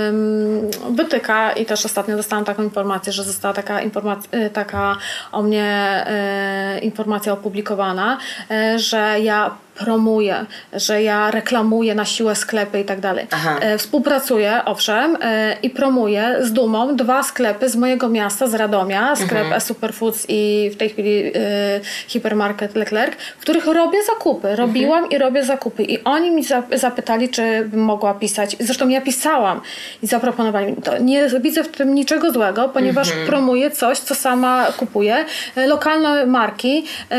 wytyka i też ostatnio dostałam taką informację, że została taka informacja, taka o mnie informacja opublikowana, że ja promuję, że ja reklamuję na siłę sklepy i tak dalej. Współpracuję, owszem, i promuję z dumą dwa sklepy z mojego miasta, z Radomia, sklep mhm. e-Superfoods i w tej chwili y, hipermarket Leclerc, w których robię zakupy. Robiłam mhm. i robię zakupy. I oni mi za, zapytali, czy bym mogła pisać. Zresztą ja pisałam i zaproponowali mi to. Nie widzę w tym niczego złego, ponieważ mhm. promuję coś, co sama kupuję. Lokalne marki y,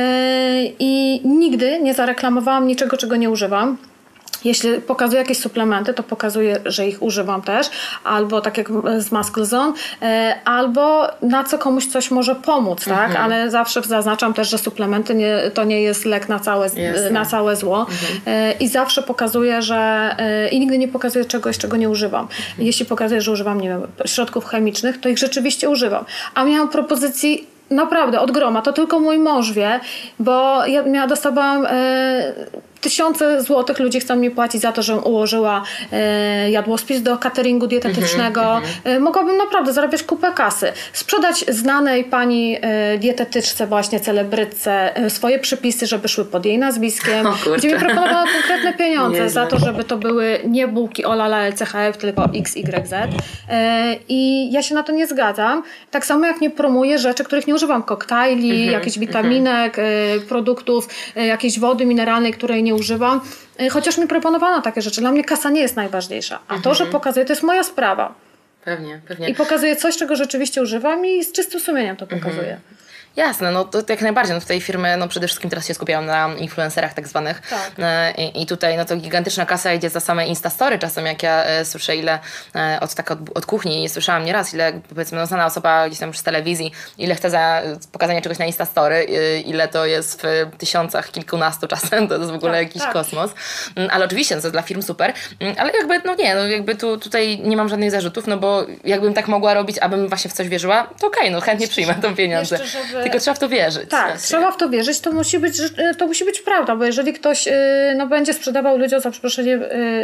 i nigdy nie zareklamowałam niczego, czego nie używam. Jeśli pokazuję jakieś suplementy, to pokazuję, że ich używam też, albo tak jak z Muscle Zone, albo na co komuś coś może pomóc, tak? Mhm. Ale zawsze zaznaczam też, że suplementy nie, to nie jest lek na całe, na całe zło. Mhm. I zawsze pokazuję, że i nigdy nie pokazuję czegoś, czego nie używam. Mhm. Jeśli pokazuję, że używam, nie wiem, środków chemicznych, to ich rzeczywiście używam. A miałam propozycji naprawdę od groma, to tylko mój mąż wie, bo ja, ja dostawałam e, tysiące złotych, ludzie chcą mi płacić za to, żebym ułożyła e, jadłospis do cateringu dietetycznego. Mm-hmm. e, mogłabym naprawdę zarabiać kupę kasy. Sprzedać znanej pani e, dietetyczce, właśnie celebrytce, e, swoje przepisy, żeby szły pod jej nazwiskiem, gdzie mi proponowała konkretne pieniądze nie za to, żeby to były nie bułki Olala L C H F, tylko X Y Z. E, I ja się na to nie zgadzam. Tak samo jak nie promuję rzeczy, których nie używam. Koktajli, mm-hmm. jakichś witaminek, mm-hmm. e, produktów, e, jakiejś wody mineralnej, której nie używam, chociaż mi proponowano takie rzeczy. Dla mnie kasa nie jest najważniejsza, a mhm. to, że pokazuję, to jest moja sprawa. Pewnie, pewnie. I pokazuję coś, czego rzeczywiście używam i z czystym sumieniem to pokazuję. Mhm. Jasne, no to jak najbardziej. No w tej firmy no przede wszystkim teraz się skupiałam na influencerach tak zwanych. Tak. I, I tutaj no to gigantyczna kasa idzie za same Instastory czasem, jak ja e, słyszę ile e, od, tak od, od kuchni, nie słyszałam nieraz, ile powiedzmy no, znana osoba gdzieś tam przy telewizji, ile chce za pokazanie czegoś na Instastory, e, ile to jest w tysiącach, kilkunastu czasem, to jest w ogóle tak, jakiś tak. kosmos. Ale oczywiście, no to jest dla firm super, ale jakby no nie, no jakby tu, tutaj nie mam żadnych zarzutów, no bo jakbym tak mogła robić, abym właśnie w coś wierzyła, to okej, okay, no chętnie przyjmę to pieniądze. Jeszcze, żeby... Tylko trzeba w to wierzyć. Tak, właśnie. Trzeba w to wierzyć, to musi być, to musi być prawda, bo jeżeli ktoś no, będzie sprzedawał ludziom za przeproszenie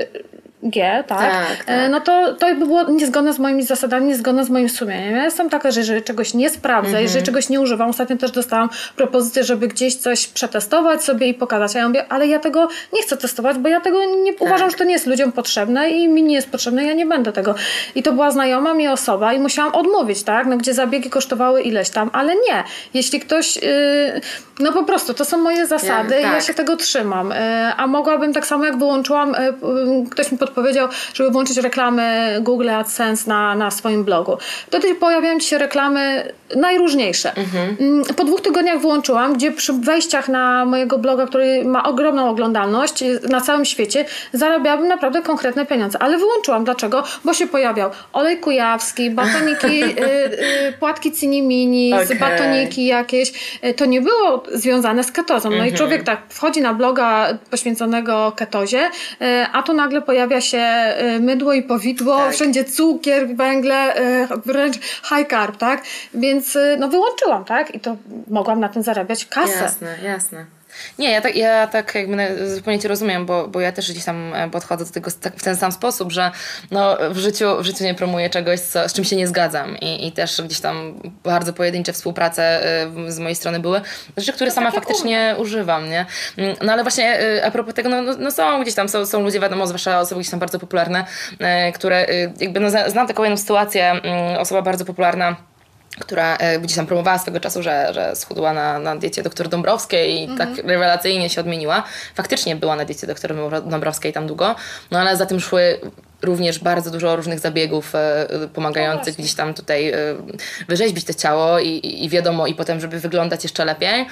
G, tak, tak, tak. no to to by było niezgodne z moimi zasadami, niezgodne z moim sumieniem. Ja jestem taka, że jeżeli czegoś nie sprawdzę, mm-hmm. jeżeli czegoś nie używam, ostatnio też dostałam propozycję, żeby gdzieś coś przetestować sobie i pokazać, a ja mówię, ale ja tego nie chcę testować, bo ja tego nie tak. uważam, że to nie jest ludziom potrzebne i mi nie jest potrzebne, ja nie będę tego. I to była znajoma mi osoba i musiałam odmówić, tak, no gdzie zabiegi kosztowały ileś tam, ale nie. Jeśli ktoś, yy, no po prostu, to są moje zasady ja, tak. i ja się tego trzymam. Yy, a mogłabym tak samo jak wyłączyłam, yy, ktoś mi podpowiedział, żeby włączyć reklamy Google AdSense na, na swoim blogu. Wtedy pojawiają ci się reklamy najróżniejsze. Mhm. Po dwóch tygodniach wyłączyłam, gdzie przy wejściach na mojego bloga, który ma ogromną oglądalność na całym świecie, zarabiałabym naprawdę konkretne pieniądze. Ale wyłączyłam. Dlaczego? Bo się pojawiał olej kujawski, batoniki, y, y, płatki Cinimini, okay. batoniki jakieś. To nie było związane z ketozą. No mhm. i człowiek tak wchodzi na bloga poświęconego ketozie, y, a tu nagle pojawia się mydło i powidło, tak. wszędzie cukier, węgle, wręcz high carb, tak? Więc no wyłączyłam, tak? I to mogłam na tym zarabiać kasę. Jasne, jasne. Nie, ja tak, ja tak jakby zupełnie Cię rozumiem, bo, bo ja też gdzieś tam podchodzę do tego w ten sam sposób, że no w życiu, w życiu nie promuję czegoś, co, z czym się nie zgadzam i, i też gdzieś tam bardzo pojedyncze współprace z mojej strony były, rzeczy, które no, sama faktycznie u... używam, nie? No ale właśnie a propos tego, no, no są gdzieś tam, są, są ludzie, wiadomo, zwłaszcza osoby gdzieś tam bardzo popularne, które jakby no znam taką jedną sytuację, osoba bardzo popularna, która gdzieś tam promowała swego czasu, że, że schudła na, na diecie doktor Dąbrowskiej i mm-hmm. tak rewelacyjnie się odmieniła. Faktycznie była na diecie doktor Dąbrowskiej tam długo, no ale za tym szły również bardzo dużo różnych zabiegów e, pomagających no gdzieś tam tutaj e, wyrzeźbić to ciało i, i, i wiadomo, i potem, żeby wyglądać jeszcze lepiej. Mm,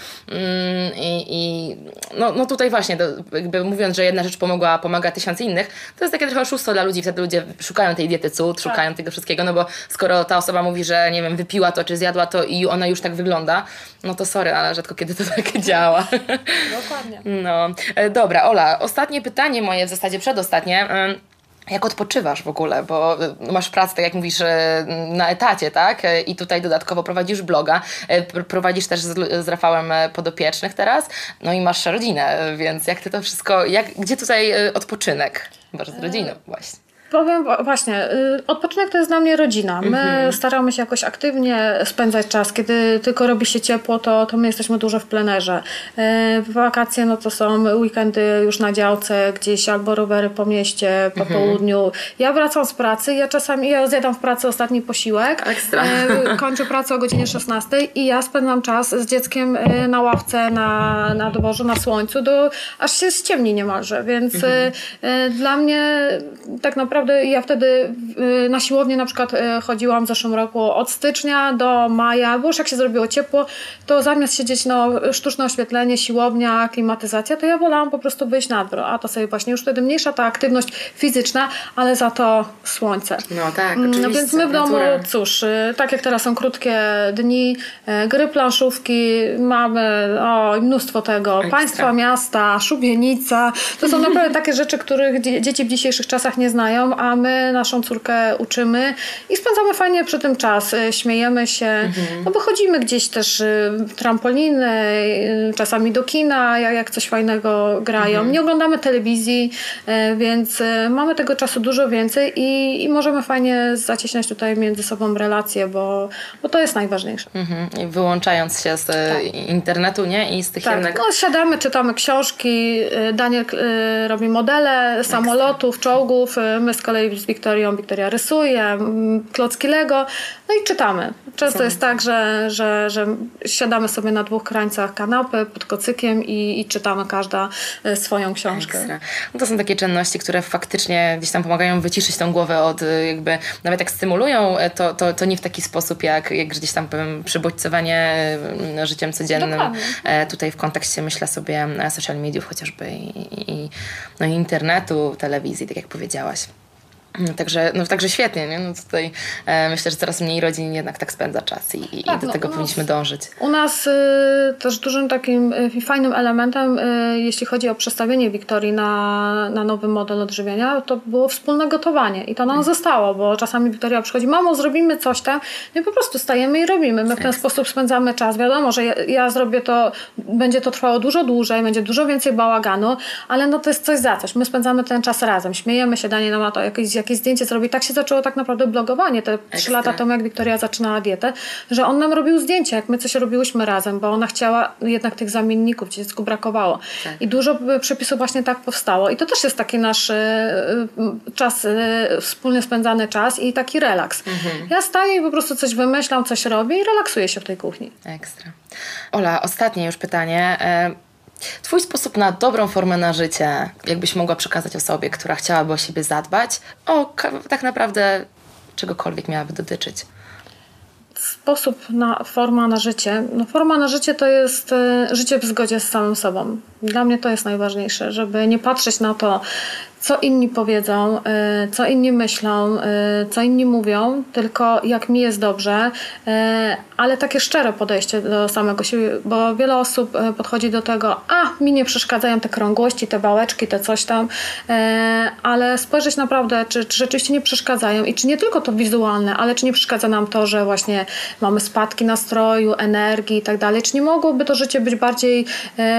I i no, no tutaj właśnie, to, jakby mówiąc, że jedna rzecz pomogła, pomaga tysiąc innych, to jest takie trochę oszustwo dla ludzi. Wtedy ludzie szukają tej diety cud, tak. szukają tego wszystkiego, no bo skoro ta osoba mówi, że nie wiem, wypiła to, czy zjadła to i ona już tak wygląda, no to sorry, ale rzadko kiedy to tak działa. Dokładnie. No. E, dobra, Ola, ostatnie pytanie moje, w zasadzie przedostatnie. Jak odpoczywasz w ogóle, bo masz pracę, tak jak mówisz, na etacie, tak? I tutaj dodatkowo prowadzisz bloga, prowadzisz też z, z Rafałem podopiecznych teraz, no i masz rodzinę, więc jak ty to wszystko, jak, gdzie tutaj odpoczynek? Masz z rodziną właśnie. Powiem właśnie, odpoczynek to jest dla mnie rodzina. My mhm. staramy się jakoś aktywnie spędzać czas. Kiedy tylko robi się ciepło, to, to my jesteśmy dużo w plenerze. W wakacje no to są weekendy już na działce, gdzieś albo rowery po mieście, po mhm. południu. Ja wracam z pracy, ja czasami ja zjadam w pracy ostatni posiłek. Ekstra. Kończę pracę o godzinie szesnastej i ja spędzam czas z dzieckiem na ławce, na, na dworze, na słońcu, do, aż się ściemni niemalże. Więc mhm. dla mnie tak naprawdę ja wtedy na siłownię na przykład chodziłam w zeszłym roku od stycznia do maja, bo już jak się zrobiło ciepło, to zamiast siedzieć no, sztuczne oświetlenie, siłownia, klimatyzacja, to ja wolałam po prostu wyjść na dwór, a to sobie właśnie już wtedy mniejsza ta aktywność fizyczna, ale za to słońce. No tak, oczywiście. No więc my w domu, natura. cóż, tak jak teraz są krótkie dni, gry planszówki, mamy o, mnóstwo tego, Ekstra. Państwa miasta, szubienica, to są naprawdę takie rzeczy, których dzieci w dzisiejszych czasach nie znają, a my naszą córkę uczymy i spędzamy fajnie przy tym czas. Śmiejemy się, mhm. no bo chodzimy gdzieś też w trampoliny, czasami do kina, jak coś fajnego grają. Mhm. Nie oglądamy telewizji, więc mamy tego czasu dużo więcej i, i możemy fajnie zacieśniać tutaj między sobą relacje, bo, bo to jest najważniejsze. Mhm. I wyłączając się z tak. internetu, nie? I z tych tak. jednak... No, siadamy, czytamy książki, Daniel y, robi modele samolotów, czołgów, my z kolei z Wiktorią, Wiktoria rysuje, klocki Lego, no i czytamy. Często jest tak, że, że, że siadamy sobie na dwóch krańcach kanapy pod kocykiem i, i czytamy każda swoją książkę. Ekstra. No to są takie czynności, które faktycznie gdzieś tam pomagają wyciszyć tą głowę od jakby, nawet jak stymulują, to, to, to nie w taki sposób jak, jak gdzieś tam powiem, przybodźcowanie życiem codziennym. Dokładnie. Tutaj w kontekście myślę sobie social mediów chociażby i, i, no i internetu, telewizji, tak jak powiedziałaś. Także, no, także świetnie, nie? No tutaj e, myślę, że coraz mniej rodzin jednak tak spędza czas i, i tak, do no, tego nas, powinniśmy dążyć. U nas y, też dużym takim y, fajnym elementem, y, jeśli chodzi o przestawienie Wiktorii na, na nowy model odżywiania, to było wspólne gotowanie i to nam hmm. zostało, bo czasami Wiktoria przychodzi, mamo, zrobimy coś tam, no i po prostu stajemy i robimy. My w ten sposób spędzamy czas. Wiadomo, że ja, ja zrobię to, będzie to trwało dużo dłużej, będzie dużo więcej bałaganu, ale no to jest coś za coś. My spędzamy ten czas razem, śmiejemy się, Daniel ma to jakieś, jakieś zdjęcie zrobi. Tak się zaczęło tak naprawdę blogowanie. Te Ekstra. trzy lata temu, jak Wiktoria zaczynała dietę, że on nam robił zdjęcia, jak my coś robiłyśmy razem, bo ona chciała jednak tych zamienników, dziecku brakowało. Tak. I dużo przepisów właśnie tak powstało. I to też jest taki nasz y, czas, y, wspólnie spędzany czas i taki relaks. Mhm. Ja staję i po prostu coś wymyślam, coś robię i relaksuję się w tej kuchni. Ekstra. Ola, ostatnie już pytanie. Twój sposób na dobrą formę na życie, jakbyś mogła przekazać osobie, która chciałaby o siebie zadbać, o tak naprawdę czegokolwiek miałaby dotyczyć? Sposób na forma na życie. No, forma na życie to jest y, życie w zgodzie z samym sobą. Dla mnie to jest najważniejsze, żeby nie patrzeć na to, co inni powiedzą, y, co inni myślą, y, co inni mówią, tylko jak mi jest dobrze, y, ale takie szczere podejście do samego siebie, bo wiele osób y, podchodzi do tego, a mi nie przeszkadzają te krągłości, te bałeczki, te coś tam, y, ale spojrzeć naprawdę, czy, czy rzeczywiście nie przeszkadzają i czy nie tylko to wizualne, ale czy nie przeszkadza nam to, że właśnie mamy spadki nastroju, energii i tak dalej, czy nie mogłoby to życie być bardziej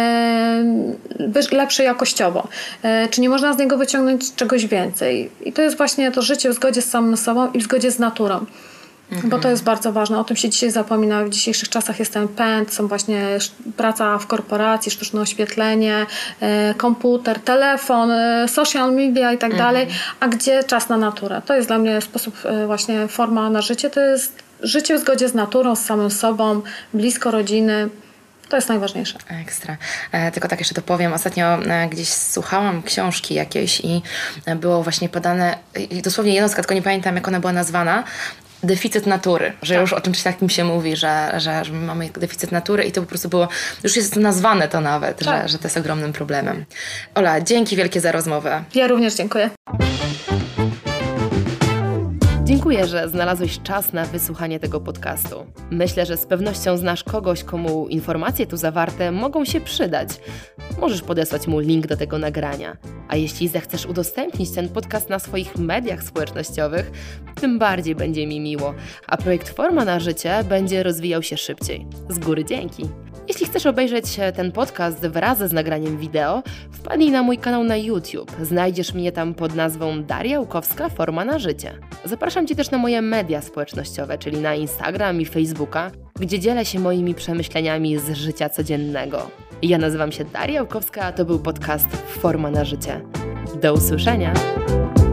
y, lepsze jakościowo, y, czy nie można z niego wyciągnąć czegoś więcej. I to jest właśnie to życie w zgodzie z samym sobą i w zgodzie z naturą. Mhm. Bo to jest bardzo ważne. O tym się dzisiaj zapomina. W dzisiejszych czasach jest ten pęd, są właśnie praca w korporacji, sztuczne oświetlenie, e, komputer, telefon, e, social media i tak mhm. dalej. A gdzie czas na naturę? To jest dla mnie sposób, e, właśnie forma na życie. To jest życie w zgodzie z naturą, z samym sobą, blisko rodziny. To jest najważniejsze. Ekstra. E, tylko tak jeszcze to powiem. Ostatnio e, gdzieś słuchałam książki jakiejś i e, było właśnie podane, i dosłownie jednostka, tylko nie pamiętam jak ona była nazwana, deficyt natury, że tak. już o czymś takim się mówi, że, że, że mamy deficyt natury i to po prostu było, już jest nazwane to nawet, tak. że, że to jest ogromnym problemem. Ola, dzięki wielkie za rozmowę. Ja również dziękuję. Dziękuję, że znalazłeś czas na wysłuchanie tego podcastu. Myślę, że z pewnością znasz kogoś, komu informacje tu zawarte mogą się przydać. Możesz podesłać mu link do tego nagrania. A jeśli zechcesz udostępnić ten podcast na swoich mediach społecznościowych, tym bardziej będzie mi miło, a projekt Forma na Życie będzie rozwijał się szybciej. Z góry dzięki! Jeśli chcesz obejrzeć ten podcast wraz z nagraniem wideo, wpadnij na mój kanał na YouTube. Znajdziesz mnie tam pod nazwą Daria Łukowska Forma na Życie. Zapraszam Cię też na moje media społecznościowe, czyli na Instagram i Facebooka, gdzie dzielę się moimi przemyśleniami z życia codziennego. Ja nazywam się Daria Łukowska, a to był podcast Forma na Życie. Do usłyszenia!